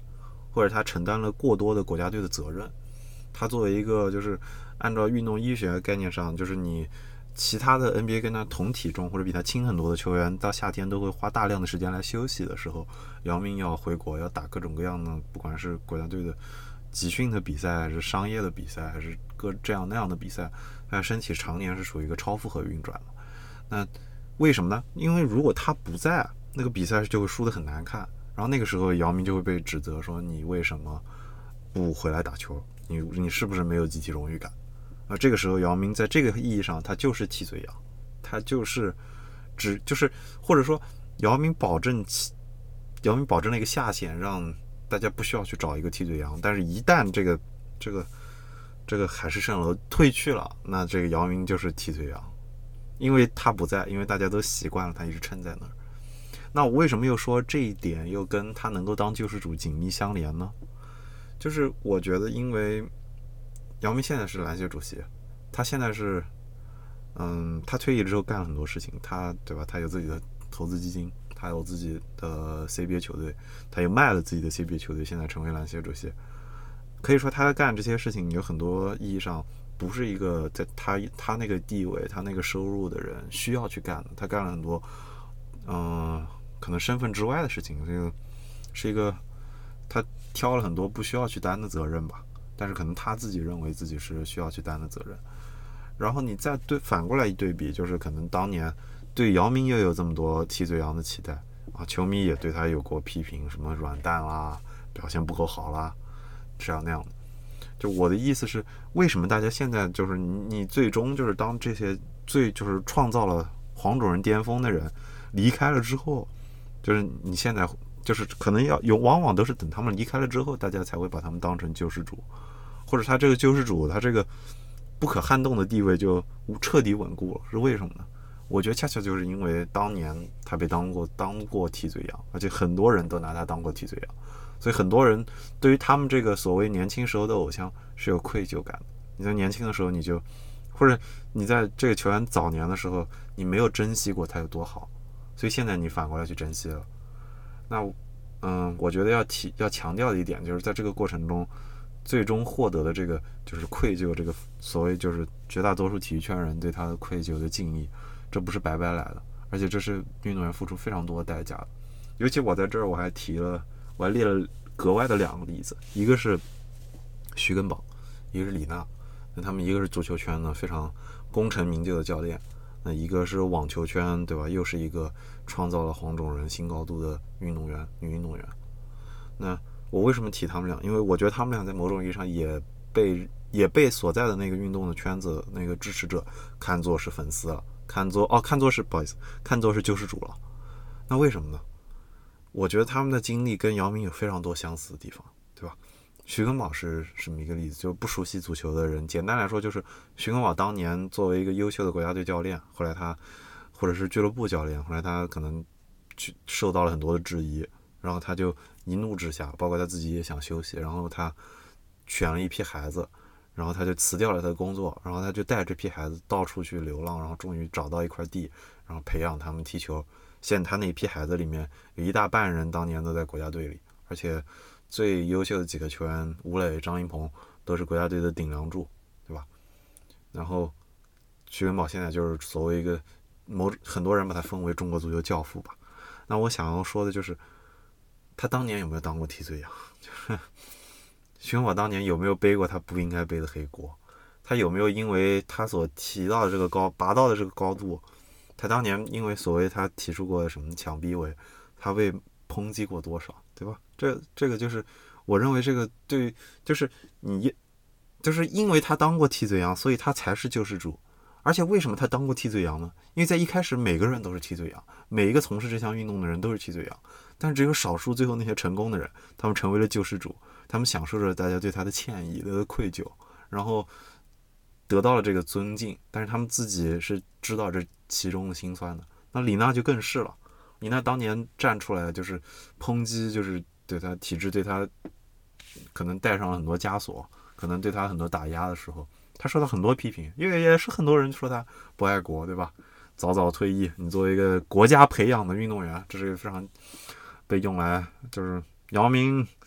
或者他承担了过多的国家队的责任。他作为一个就是按照运动医学概念上，就是你其他的 N B A 跟他同体重或者比他轻很多的球员，到夏天都会花大量的时间来休息的时候，姚明要回国，要打各种各样的，不管是国家队的集训的比赛，还是商业的比赛，还是各这样那样的比赛，他身体常年是属于一个超负荷运转的。那为什么呢？因为如果他不在，那个比赛就会输得很难看，然后那个时候姚明就会被指责说你为什么不回来打球，你你是不是没有集体荣誉感？啊，这个时候姚明在这个意义上他就是替罪羊，他就是只就是或者说姚明保证姚明保证了一个下限，让大家不需要去找一个替罪羊，但是一旦这个这个这个海市蜃楼退去了，那这个姚明就是替罪羊，因为他不在，因为大家都习惯了他一直撑在那儿。那我为什么又说这一点又跟他能够当救世主紧密相连呢？就是我觉得因为姚明现在是篮协主席，他现在是，嗯，他退役之后干了很多事情，他对吧？他有自己的投资基金，他有自己的 C B A 球队，他又卖了自己的 C B A 球队，现在成为篮协主席。可以说他干这些事情，有很多意义上不是一个在他他那个地位、他那个收入的人需要去干的。他干了很多，嗯、呃，可能身份之外的事情。这个是一个他挑了很多不需要去担的责任吧。但是可能他自己认为自己是需要去担的责任，然后你再对反过来一对比，就是可能当年对姚明又有这么多替罪羊的期待啊，球迷也对他有过批评，什么软蛋啦，表现不够好啦，这样那样的。就我的意思是，为什么大家现在就是你你最终就是当这些最就是创造了黄种人巅峰的人离开了之后，就是你现在就是可能要有，往往都是等他们离开了之后，大家才会把他们当成救世主。或者他这个救世主，他这个不可撼动的地位就彻底稳固了，是为什么呢？我觉得恰恰就是因为当年他被当过当过替罪羊，而且很多人都拿他当过替罪羊，所以很多人对于他们这个所谓年轻时候的偶像是有愧疚感的。你在年轻的时候，你就或者你在这个球员早年的时候，你没有珍惜过他有多好，所以现在你反过来去珍惜了。那嗯，我觉得要提要强调的一点就是，在这个过程中。最终获得的这个就是愧疚，这个所谓就是绝大多数体育圈人对他的愧疚的敬意，这不是白白来的，而且这是运动员付出非常多的代价的。尤其我在这儿我还提了，我还列了格外的两个例子，一个是徐根宝，一个是李娜。那他们一个是足球圈呢非常功成名就的教练，那一个是网球圈，对吧？又是一个创造了黄种人新高度的运动员，女运动员。那我为什么提他们俩？因为我觉得他们俩在某种意义上也被也被所在的那个运动的圈子那个支持者看作是粉丝了，看作哦看作是不好意思，看作是救世主了。那为什么呢？我觉得他们的经历跟姚明有非常多相似的地方，对吧？徐根宝是什么一个例子？就是不熟悉足球的人，简单来说就是徐根宝当年作为一个优秀的国家队教练，后来他或者是俱乐部教练，后来他可能去受到了很多的质疑，然后他就一怒之下，包括他自己也想休息，然后他选了一批孩子，然后他就辞掉了他的工作，然后他就带这批孩子到处去流浪，然后终于找到一块地，然后培养他们踢球。现在他那一批孩子里面有一大半人当年都在国家队里，而且最优秀的几个球员吴磊、张云鹏都是国家队的顶梁柱，对吧？然后徐根宝现在就是所谓一个某很多人把他封为中国足球教父吧。那我想要说的就是他当年有没有当过替罪羊？就是徐根宝当年有没有背过他不应该背的黑锅？他有没有因为他所提到的这个高拔到的这个高度，他当年因为所谓他提出过什么强逼围，他被抨击过多少，对吧？这这个就是我认为这个对，就是你就是因为他当过替罪羊，所以他才是救世主。而且为什么他当过替罪羊呢？因为在一开始每个人都是替罪羊，每一个从事这项运动的人都是替罪羊，但只有少数最后那些成功的人，他们成为了救世主，他们享受着大家对他的歉意、他的愧疚，然后得到了这个尊敬，但是他们自己是知道这其中的辛酸的。那李娜就更是了，李娜当年站出来就是抨击，就是对他体制对他可能带上了很多枷锁，可能对他很多打压的时候，他受到很多批评，因为也是很多人说他不爱国，对吧？早早退役，你作为一个国家培养的运动员，这是一个非常被用来就是姚明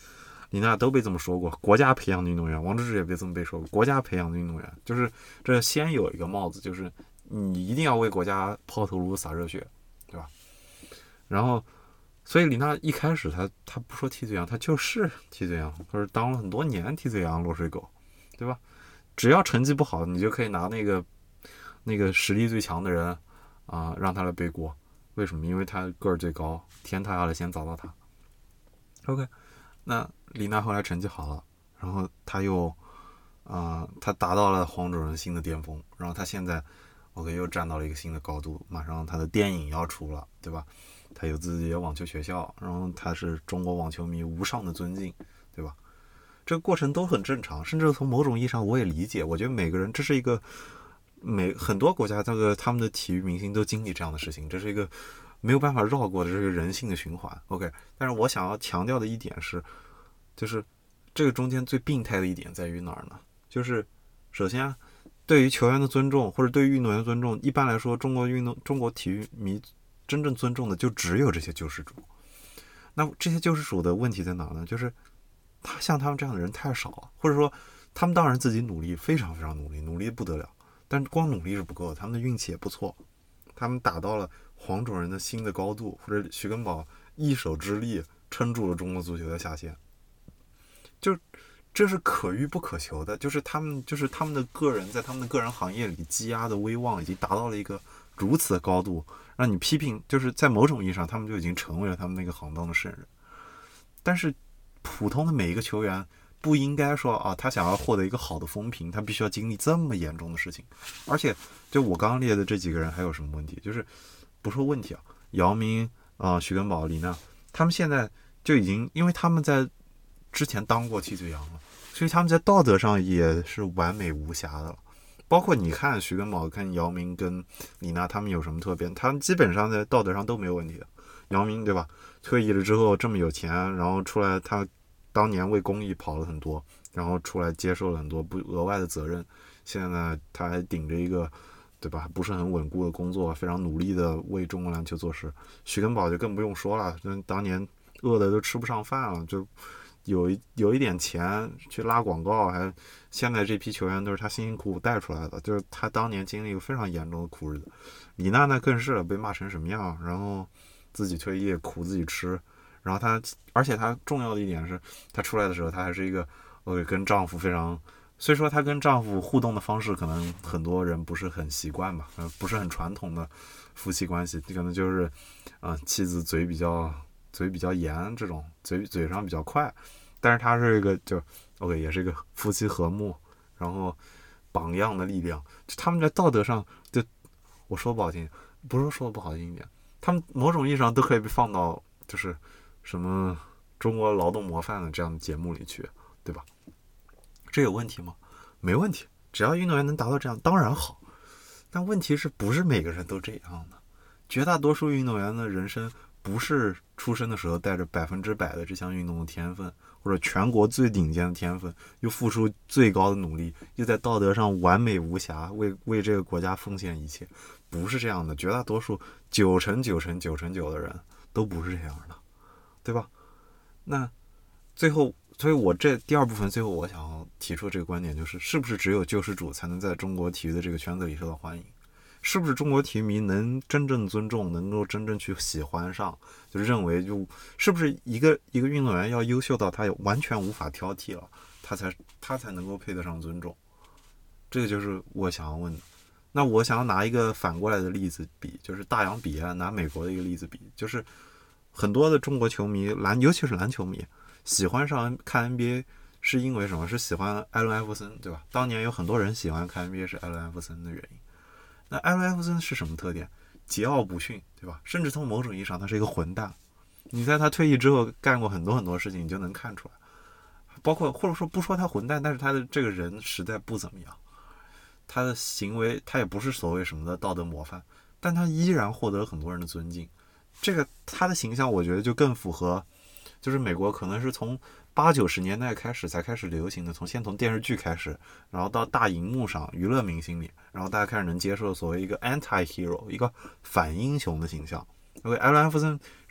李娜都被这么说过，国家培养的运动员，王治郅也被这么被说过，国家培养的运动员，就是这先有一个帽子，就是你一定要为国家抛头颅洒热血，对吧？然后，所以李娜一开始她她不说替罪羊，她就是替罪羊，或者当了很多年替罪羊落水狗，对吧？只要成绩不好，你就可以拿那个那个实力最强的人啊、呃，让他来背锅。为什么？因为他个儿最高，天塌下来先找到他。OK， 那李娜后来成绩好了，然后他又啊、呃，他达到了黄种人新的巅峰，然后他现在 OK 又站到了一个新的高度，马上他的电影要出了，对吧？他有自己的网球学校，然后他是中国网球迷无上的尊敬，对吧？这个过程都很正常，甚至从某种意义上我也理解。我觉得每个人，这是一个每很多国家这个他们的体育明星都经历这样的事情，这是一个没有办法绕过的，这是一个人性的循环。OK， 但是我想要强调的一点是，就是这个中间最病态的一点在于哪儿呢？就是首先对于球员的尊重，或者对于运动员的尊重，一般来说，中国运动中国体育迷真正尊重的就只有这些救世主。那这些救世主的问题在哪呢？就是他像他们这样的人太少了，或者说他们当然自己努力，非常非常努力，努力不得了，但是光努力是不够的，他们的运气也不错，他们达到了黄种人的新的高度，或者徐根宝一手之力撑住了中国足球的下限，就这是可遇不可求的，就是他们就是他们的个人在他们的个人行业里积压的威望已经达到了一个如此的高度，让你批评，就是在某种意义上他们就已经成为了他们那个行当的圣人。但是普通的每一个球员不应该说啊，他想要获得一个好的风评，他必须要经历这么严重的事情。而且就我刚刚列的这几个人还有什么问题？就是不说问题啊，姚明啊、呃、徐根宝、李娜，他们现在就已经，因为他们在之前当过替罪羊了，所以他们在道德上也是完美无瑕的了。包括你看徐根宝、看姚明跟李娜，他们有什么特别？他们基本上在道德上都没有问题的。姚明对吧？退役了之后这么有钱，然后出来，他当年为公益跑了很多，然后出来接受了很多不额外的责任。现在呢，他还顶着一个对吧不是很稳固的工作，非常努力的为中国篮球做事。徐根宝就更不用说了，当年饿的都吃不上饭了，就有一有一点钱去拉广告，还现在这批球员都是他辛辛苦苦带出来的，就是他当年经历一个非常严重的苦日子。李娜呢更是了，被骂成什么样，然后自己退役苦自己吃，然后她，而且她重要的一点是，她出来的时候，她还是一个呃跟丈夫非常，虽说她跟丈夫互动的方式可能很多人不是很习惯吧，呃不是很传统的夫妻关系，可能就是啊、呃、妻子嘴比较嘴比较严，这种嘴嘴上比较快，但是她是一个就 OK 也是一个夫妻和睦，然后榜样的力量，就他们在道德上，就我说不好听，不是说的不好听一点。他们某种意义上都可以被放到就是什么中国劳动模范的这样的节目里去，对吧？这有问题吗？没问题，只要运动员能达到这样，当然好。但问题是不是每个人都这样的？绝大多数运动员的人生不是出生的时候带着百分之百的这项运动的天分，或者全国最顶尖的天分，又付出最高的努力，又在道德上完美无瑕，为为这个国家奉献一切。不是这样的，绝大多数九成九成九成九的人都不是这样的，对吧？那最后，所以我这第二部分最后我想要提出这个观点就是，是不是只有救世主才能在中国体育的这个圈子里受到欢迎？是不是中国体育迷能真正尊重，能够真正去喜欢上，就认为就是不是一个一个运动员要优秀到他完全无法挑剔了，他才他才能够配得上尊重？这个就是我想要问的。那我想要拿一个反过来的例子比，就是大洋彼岸拿美国的一个例子比，就是很多的中国球迷篮，尤其是篮球迷，喜欢上看 N B A 是因为什么？是喜欢艾伦·艾弗森，对吧？当年有很多人喜欢看 N B A 是艾伦·艾弗森的原因。那艾伦·艾弗森是什么特点？桀骜不驯，对吧？甚至从某种意义上，他是一个混蛋。你在他退役之后干过很多很多事情，你就能看出来。包括或者说不说他混蛋，但是他的这个人实在不怎么样。他的行为，他也不是所谓什么的道德模范，但他依然获得很多人的尊敬。这个他的形象，我觉得就更符合，就是美国可能是从八九十年代开始才开始流行的，从先从电视剧开始，然后到大荧幕上娱乐明星里，然后大家开始能接受所谓一个 anti-hero 一个反英雄的形象。OK， 艾伦·艾弗森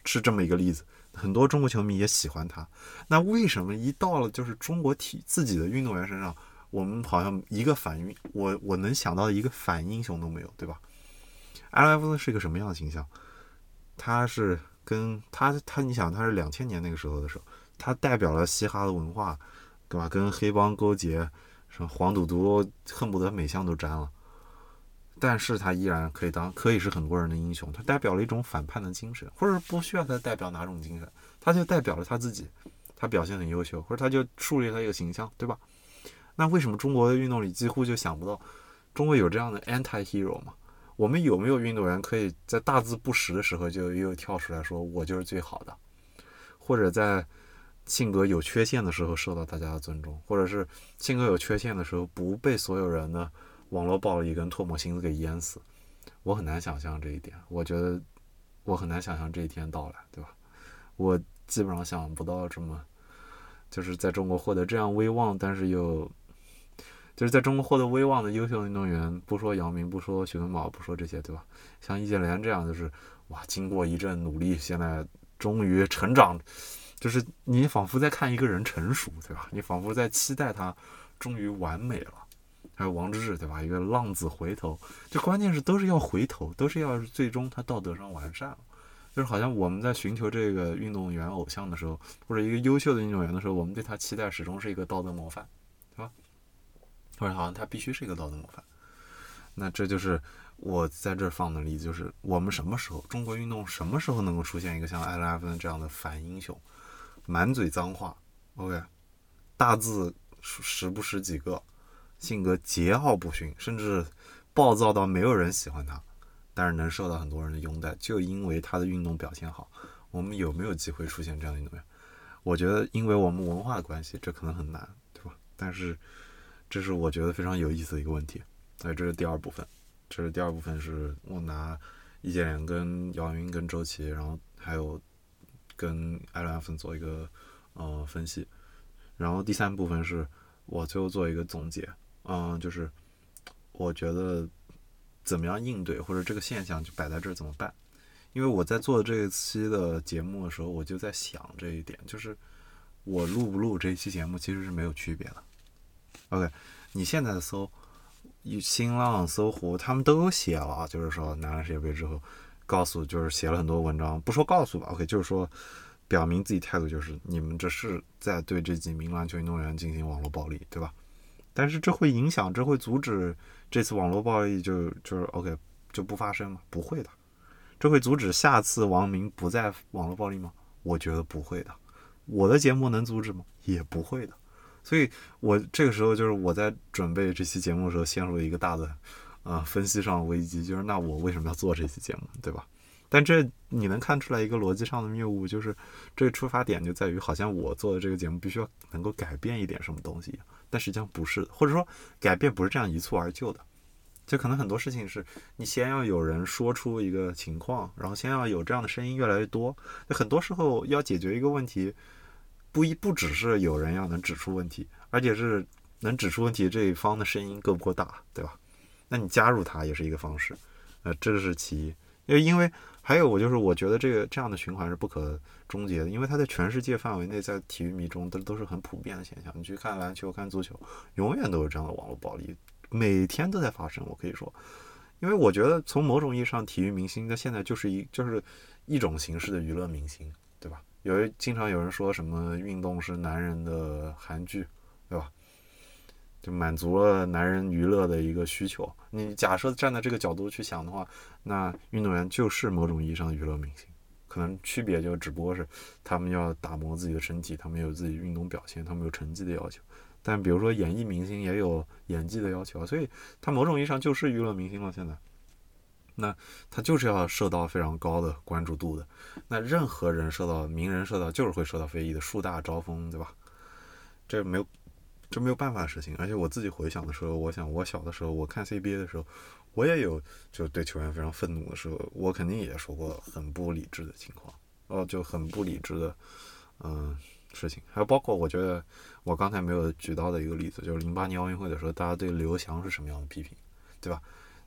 是这么一个例子，很多中国球迷也喜欢他。那为什么一到了就是中国体自己的运动员身上，我们好像一个反英，我我能想到的一个反英雄都没有，对吧？艾伦艾弗森是一个什么样的形象？他是跟他他，你想他是两千年那个时候的时候，他代表了嘻哈的文化，对吧？跟黑帮勾结，什么黄赌毒，恨不得每项都沾了。但是他依然可以当，可以是很多人的英雄。他代表了一种反叛的精神，或者不需要他代表哪种精神，他就代表了他自己。他表现很优秀，或者他就树立了一个形象，对吧？那为什么中国的运动里几乎就想不到中国有这样的 anti-hero 吗？我们有没有运动员可以在大字不识的时候就又跳出来说我就是最好的，或者在性格有缺陷的时候受到大家的尊重，或者是性格有缺陷的时候不被所有人的网络暴力跟唾沫星子给淹死？我很难想象这一点，我觉得我很难想象这一天到来，对吧？我基本上想不到这么就是在中国获得这样威望，但是又就是在中国获得威望的优秀运动员，不说姚明，不说徐根宝，不说这些，对吧？像易建联这样，就是哇，经过一阵努力，现在终于成长，就是你仿佛在看一个人成熟，对吧？你仿佛在期待他终于完美了。还有王治郅，对吧？一个浪子回头，就关键是都是要回头，都是要最终他道德上完善了。就是好像我们在寻求这个运动员偶像的时候，或者一个优秀的运动员的时候，我们对他期待始终是一个道德模范，对吧？或者好像他必须是一个道德模范。那这就是我在这放的例子，就是我们什么时候中国运动什么时候能够出现一个像艾伦艾弗森这样的反英雄，满嘴脏话 ，OK， 大字识不识几个，性格桀骜不驯，甚至暴躁到没有人喜欢他，但是能受到很多人的拥戴，就因为他的运动表现好。我们有没有机会出现这样的运动员？我觉得因为我们文化的关系，这可能很难，对吧？但是这是我觉得非常有意思的一个问题。哎，这是第二部分，这是第二部分是我拿易建联跟姚明跟周琦，然后还有跟艾伦艾弗森做一个呃分析，然后第三部分是我最后做一个总结，嗯、呃，就是我觉得怎么样应对，或者这个现象就摆在这儿怎么办？因为我在做这一期的节目的时候，我就在想这一点，就是我录不录这一期节目其实是没有区别的。OK， 你现在搜新浪、搜狐，他们都有写了，就是说男篮世界杯之后，告诉就是写了很多文章，不说告诉吧 ，OK， 就是说表明自己态度，就是你们这是在对这几名篮球运动员进行网络暴力，对吧？但是这会影响，这会阻止这次网络暴力就就是 OK 就不发生吗？不会的。这会阻止下次王明不再网络暴力吗？我觉得不会的。我的节目能阻止吗？也不会的。所以我这个时候就是我在准备这期节目的时候陷入了一个大的呃分析上的危机，就是那我为什么要做这期节目，对吧？但这你能看出来一个逻辑上的谬误，就是这个出发点就在于好像我做的这个节目必须要能够改变一点什么东西，但实际上不是的，或者说改变不是这样一蹴而就的。就可能很多事情是你先要有人说出一个情况，然后先要有这样的声音越来越多。很多时候要解决一个问题，不一不只是有人要能指出问题，而且是能指出问题这一方的声音够不够大，对吧？那你加入它也是一个方式，呃，这是其一。因为因为还有我就是我觉得这个这样的循环是不可终结的，因为它在全世界范围内，在体育迷中都都是很普遍的现象。你去看篮球、看足球，永远都有这样的网络暴力。每天都在发生，我可以说，因为我觉得从某种意义上，体育明星在现在就是一就是一种形式的娱乐明星，对吧？有经常有人说什么运动是男人的韩剧，对吧？就满足了男人娱乐的一个需求。你假设站在这个角度去想的话，那运动员就是某种意义上的娱乐明星，可能区别就只不过是他们要打磨自己的身体，他们有自己运动表现，他们有成绩的要求。但比如说演艺明星也有演技的要求，所以他某种意义上就是娱乐明星了。现在，那他就是要受到非常高的关注度的。那任何人受到名人受到就是会受到非议的，树大招风，对吧？这没有这没有办法的事情。而且我自己回想的时候，我想我小的时候，我看 C B A 的时候，我也有就对球员非常愤怒的时候，我肯定也说过很不理智的情况，哦，就很不理智的，嗯。事情，还有包括我觉得我刚才没有举到的一个例子，就是零八年奥运会的时候，大家对刘翔是什么样的批评，对吧？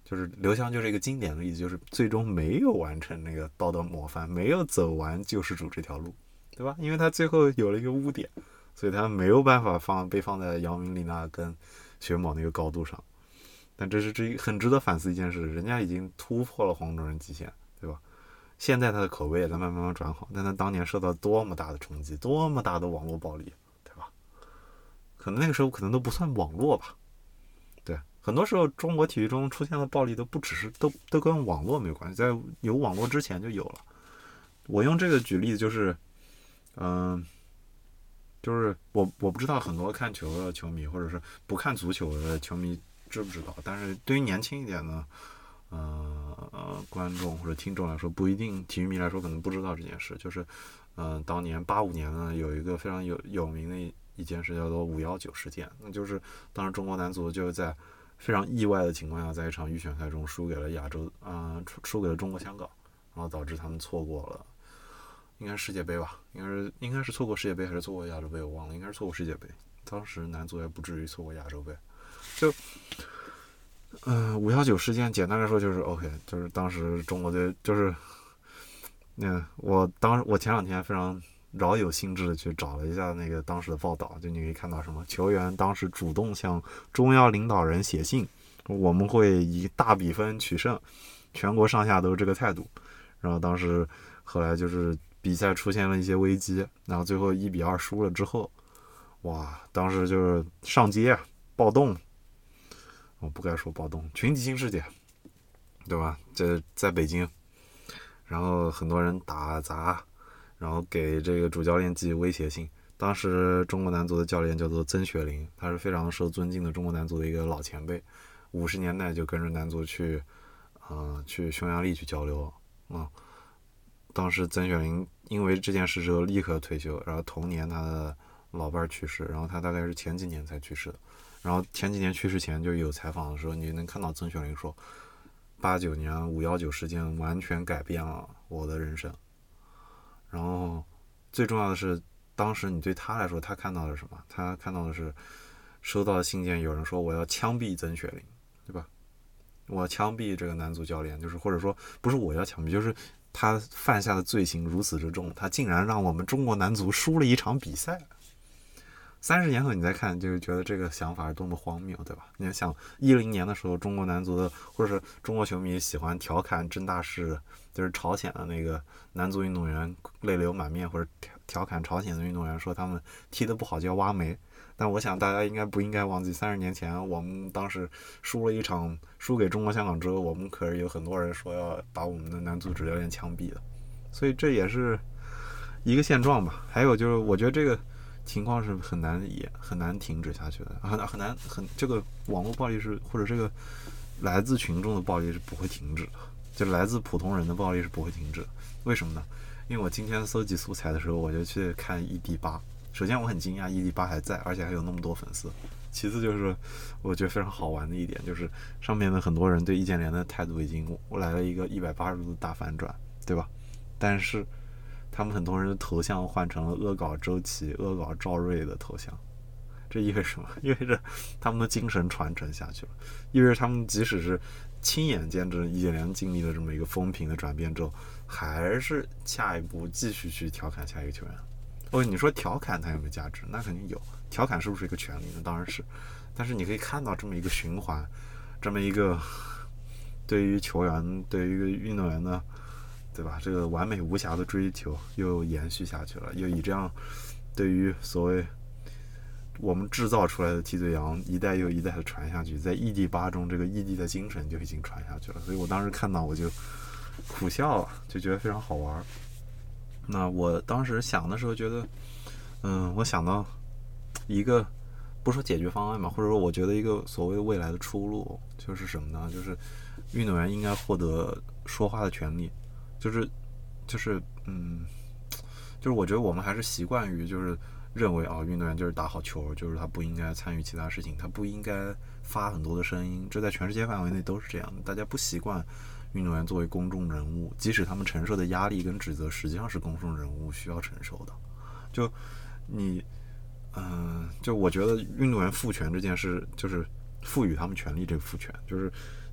就是刘翔就是一个经典的例子，就是最终没有完成那个道德模范，没有走完救世主这条路，对吧？因为他最后有了一个污点，所以他没有办法放被放在姚明、李娜跟薛某那个高度上。但这是这很值得反思一件事，人家已经突破了黄种人极限，对吧？现在他的口碑也在慢慢慢慢转好，但他当年受到多么大的冲击，多么大的网络暴力，对吧？可能那个时候可能都不算网络吧。对，很多时候中国体育中出现的暴力都不只是都都跟网络没有关系，在有网络之前就有了。我用这个举例就是，嗯、呃，就是我我不知道很多看球的球迷或者是不看足球的球迷知不知道，但是对于年轻一点的呃呃观众或者听众来说，不一定体育迷来说可能不知道这件事，就是嗯、呃，当年八五年呢有一个非常有有名的一件事叫做五幺九事件，那就是当时中国男足就在非常意外的情况下，在一场预选赛中输给了亚洲啊、呃，输给了中国香港，然后导致他们错过了应该是世界杯吧，应该是应该是错过世界杯还是错过亚洲杯，我忘了，应该是错过世界杯。当时男足也不至于错过亚洲杯，就嗯，五幺九事件简单来说就是 OK， 就是当时中国队就是那我当时我前两天非常饶有兴致的去找了一下那个当时的报道，就你可以看到什么球员当时主动向中央领导人写信，我们会以大比分取胜，全国上下都是这个态度。然后当时后来就是比赛出现了一些危机，然后最后一比二输了之后，哇，当时就是上街暴动，我不该说暴动，群体性事件，对吧？这在北京，然后很多人打砸，然后给这个主教练寄威胁信。当时中国男足的教练叫做曾雪林，他是非常受尊敬的中国男足的一个老前辈，五十年代就跟着男足去，呃，去匈牙利去交流啊、嗯。当时曾雪林因为这件事之后立刻退休，然后同年他的老伴去世，然后他大概是前几年才去世的。然后前几年去世前就有采访的时候，你能看到曾雪林说，八九年五幺九事件完全改变了我的人生。然后最重要的是，当时你对他来说，他看到了什么？他看到的是收到的信件，有人说我要枪毙曾雪林，对吧？我要枪毙这个男足教练，就是或者说不是我要枪毙，就是他犯下的罪行如此之重，他竟然让我们中国男足输了一场比赛。三十年后你再看，就觉得这个想法是多么荒谬，对吧？你想一零年的时候，中国男足的或者是中国球迷喜欢调侃郑大世，就是朝鲜的那个男足运动员泪流满面，或者调调侃朝鲜的运动员说他们踢得不好就要挖煤。但我想大家应该不应该忘记，三十年前我们当时输了一场，输给中国香港之后，我们可是有很多人说要把我们的男足主教练枪毙的，所以这也是一个现状吧。还有就是，我觉得这个情况是很难也很难停止下去的，很很难很这个网络暴力是或者这个来自群众的暴力是不会停止的，就来自普通人的暴力是不会停止的。为什么呢？因为我今天搜集素材的时候，我就去看 E D 八。首先我很惊讶 E D 八还在，而且还有那么多粉丝。其次就是我觉得非常好玩的一点，就是上面的很多人对易建联的态度已经来了一个一百八十度的大反转，对吧？但是他们很多人的头像换成了恶搞周琦、恶搞赵睿的头像，这意味着什么？意味着他们的精神传承下去了，意味着他们即使是亲眼见证易建联经历了这么一个风评的转变之后，还是下一步继续去调侃下一个球员。哦，你说调侃它有没有价值？那肯定有。调侃是不是一个权利呢？当然是。但是你可以看到这么一个循环，这么一个对于球员、对于一个运动员呢，对吧？这个完美无瑕的追求又延续下去了，又以这样对于所谓我们制造出来的替罪羊一代又一代的传下去，在异地八中这个异地的精神就已经传下去了。所以我当时看到我就苦笑了，就觉得非常好玩。那我当时想的时候觉得，嗯，我想到一个不说解决方案嘛，或者说我觉得一个所谓未来的出路就是什么呢？就是运动员应该获得说话的权利，就是就是嗯，就是我觉得我们还是习惯于就是认为啊，运动员就是打好球，就是他不应该参与其他事情，他不应该发很多的声音，这在全世界范围内都是这样的。大家不习惯运动员作为公众人物，即使他们承受的压力跟指责实际上是公众人物需要承受的。就你嗯、呃，就我觉得运动员赋权这件事，就是赋予他们权利这个赋权，就是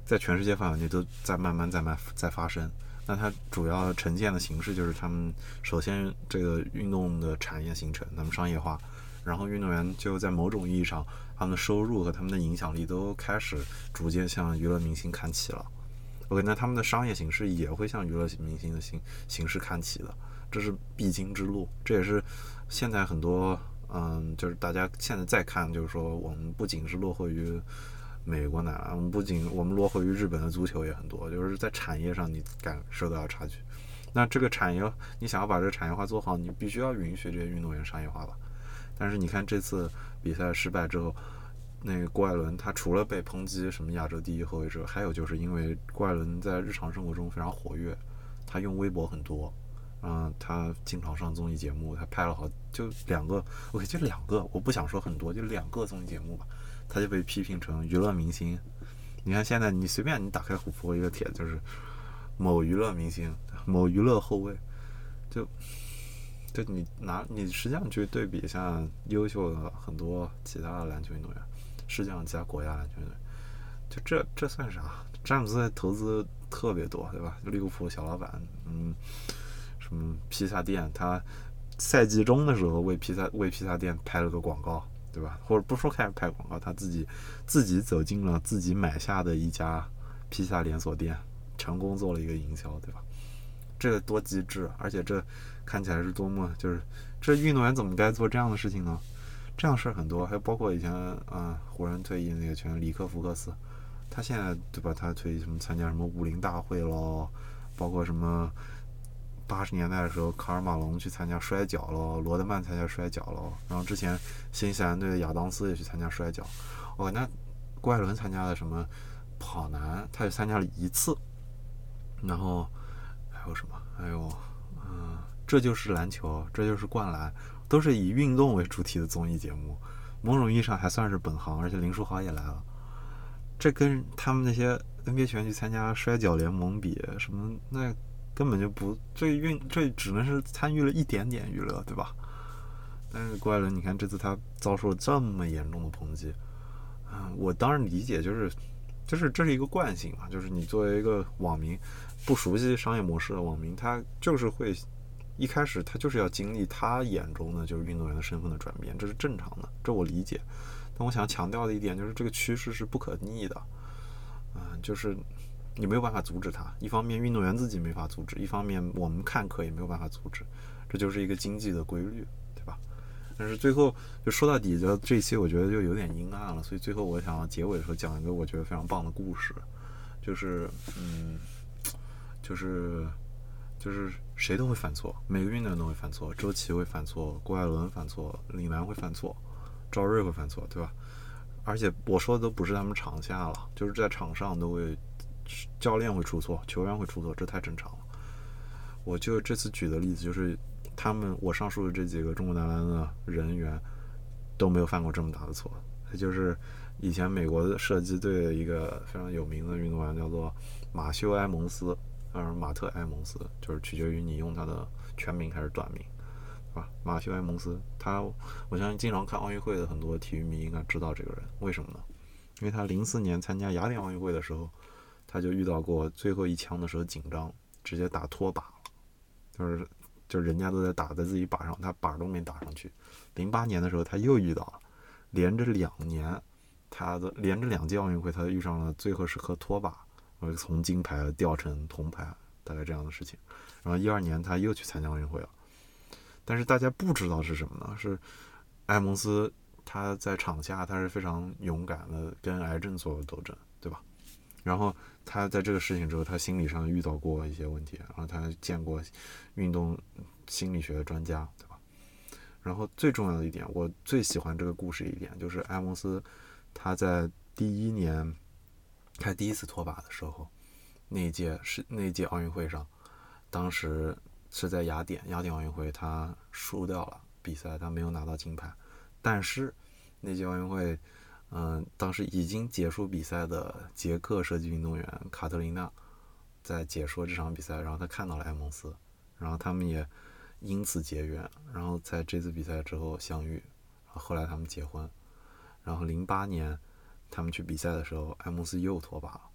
在全世界范围内都在慢慢在慢在发生。那它主要呈现的形式就是他们首先这个运动的产业形成，他们商业化，然后运动员就在某种意义上，他们的收入和他们的影响力都开始逐渐向娱乐明星看齐了。OK， 那他们的商业形式也会向娱乐明星的形形式看齐的，这是必经之路。这也是现在很多嗯，就是大家现在再看，就是说我们不仅是落后于美国男篮，我们不仅我们落后于日本的足球也很多，就是在产业上你感受到差距。那这个产业，你想要把这个产业化做好，你必须要允许这些运动员商业化吧。但是你看这次比赛失败之后，那个郭艾伦他除了被抨击什么亚洲第一后卫者，还有就是因为郭艾伦在日常生活中非常活跃，他用微博很多，嗯，他经常上综艺节目，他拍了好就两个 ，OK， 就两个，我不想说很多，就两个综艺节目吧，他就被批评成娱乐明星。你看现在你随便你打开虎扑一个帖，就是某娱乐明星、某娱乐后卫，就就你拿你实际上去对比一下优秀的很多其他的篮球运动员，世界上其他国家篮球运动员，就这这算啥？詹姆斯投资特别多，对吧？利物浦小老板，嗯，什么披萨店，他赛季中的时候为披萨为披萨店拍了个广告，对吧？或者不说开始拍广告，他自己自己走进了自己买下的一家披萨连锁店，成功做了一个营销，对吧？这个多机智，而且这看起来是多么就是这运动员怎么该做这样的事情呢？这样的事很多，还有包括以前啊、呃、湖人退役那个球员里克福克斯，他现在对吧？他退役什么参加什么武林大会咯，包括什么八十年代的时候卡尔马龙去参加摔跤咯，罗德曼参加摔跤咯，然后之前新西兰队的亚当斯也去参加摔跤。哦，那郭艾伦参加了什么跑男，他也参加了一次，然后。还有什么？还有，嗯、呃，这就是篮球，这就是灌篮，都是以运动为主题的综艺节目，某种意义上还算是本行，而且林书豪也来了。这跟他们那些 N B A 球员去参加摔跤联盟比，什么那根本就不，这运这只能是参与了一点点娱乐，对吧？但是郭艾伦，你看这次他遭受了这么严重的抨击，嗯，我当然理解，就是。就是这是一个惯性嘛，就是你作为一个网民，不熟悉商业模式的网民，他就是会一开始他就是要经历他眼中的就是运动员的身份的转变，这是正常的，这我理解。但我想强调的一点就是这个趋势是不可逆的，嗯、呃，就是你没有办法阻止它。一方面运动员自己没法阻止，一方面我们看客也没有办法阻止，这就是一个经济的规律，对吧？但是最后就说到底，就这一期我觉得就有点阴暗了，所以最后我想要结尾的时候讲一个我觉得非常棒的故事，就是嗯，就是就是谁都会犯错，每个运动员都会犯错，周琦会犯错，郭艾伦犯错，李楠会犯错，赵睿会犯错，对吧？而且我说的都不是他们场下了，就是在场上都会，教练会出错，球员会出错，这太正常了。我就这次举的例子就是。他们我上述的这几个中国男篮的人员都没有犯过这么大的错，就是以前美国的射击队的一个非常有名的运动员叫做马修埃蒙斯，呃，马特埃蒙斯，就是取决于你用他的全名还是短名，是吧？马修埃蒙斯，他我相信经常看奥运会的很多体育迷应该知道这个人，为什么呢？因为他零四年参加雅典奥运会的时候，他就遇到过最后一枪的时候紧张，直接打脱靶了，就是。就人家都在打在自己靶上，他靶都没打上去。零八年的时候他又遇到了，连着两年，他的连着两届奥运会他遇上了最后时刻脱靶，从金牌掉成铜牌，大概这样的事情。然后一二年他又去参加奥运会了，但是大家不知道是什么呢？是埃蒙斯他在场下他是非常勇敢的跟癌症做斗争，对吧？然后他在这个事情之后，他心理上遇到过一些问题，然后他见过运动心理学的专家，对吧？然后最重要的一点，我最喜欢这个故事一点，就是埃蒙斯他在第一年他第一次脱靶的时候，那一届是那一届奥运会上，当时是在雅典雅典奥运会，他输掉了比赛，他没有拿到金牌，但是那届奥运会。嗯，当时已经结束比赛的捷克射击运动员卡特琳娜在解说这场比赛，然后他看到了埃蒙斯，然后他们也因此结缘，然后在这次比赛之后相遇，后来他们结婚，然后零八年他们去比赛的时候，埃蒙斯又脱靶了，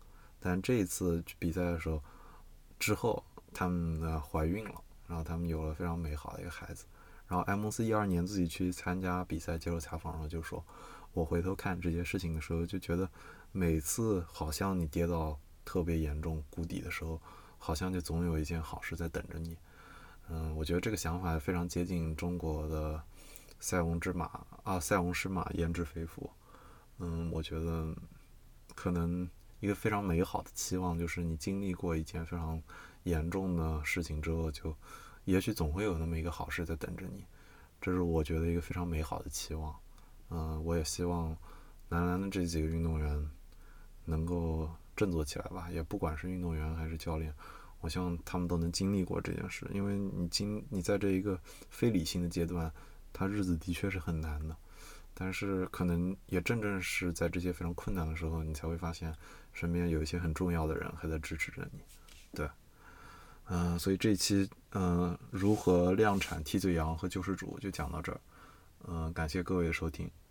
但这一次比赛的时候之后，他们呢怀孕了，然后他们有了非常美好的一个孩子。然后埃蒙斯一二年自己去参加比赛接受采访，然后就说，我回头看这些事情的时候，就觉得每次好像你跌到特别严重谷底的时候，好像就总有一件好事在等着你。嗯，我觉得这个想法非常接近中国的塞翁之马啊，塞翁失马焉知非福。嗯，我觉得可能一个非常美好的期望就是你经历过一件非常严重的事情之后，就也许总会有那么一个好事在等着你，这是我觉得一个非常美好的期望。嗯，我也希望男篮的这几个运动员能够振作起来吧，也不管是运动员还是教练，我希望他们都能经历过这件事，因为你经你在这一个非理性的阶段，他日子的确是很难的，但是可能也正正是在这些非常困难的时候，你才会发现身边有一些很重要的人还在支持着你。对，嗯、呃，所以这一期嗯、呃，如何量产、替罪羊和救世主就讲到这儿。嗯、呃，感谢各位的收听。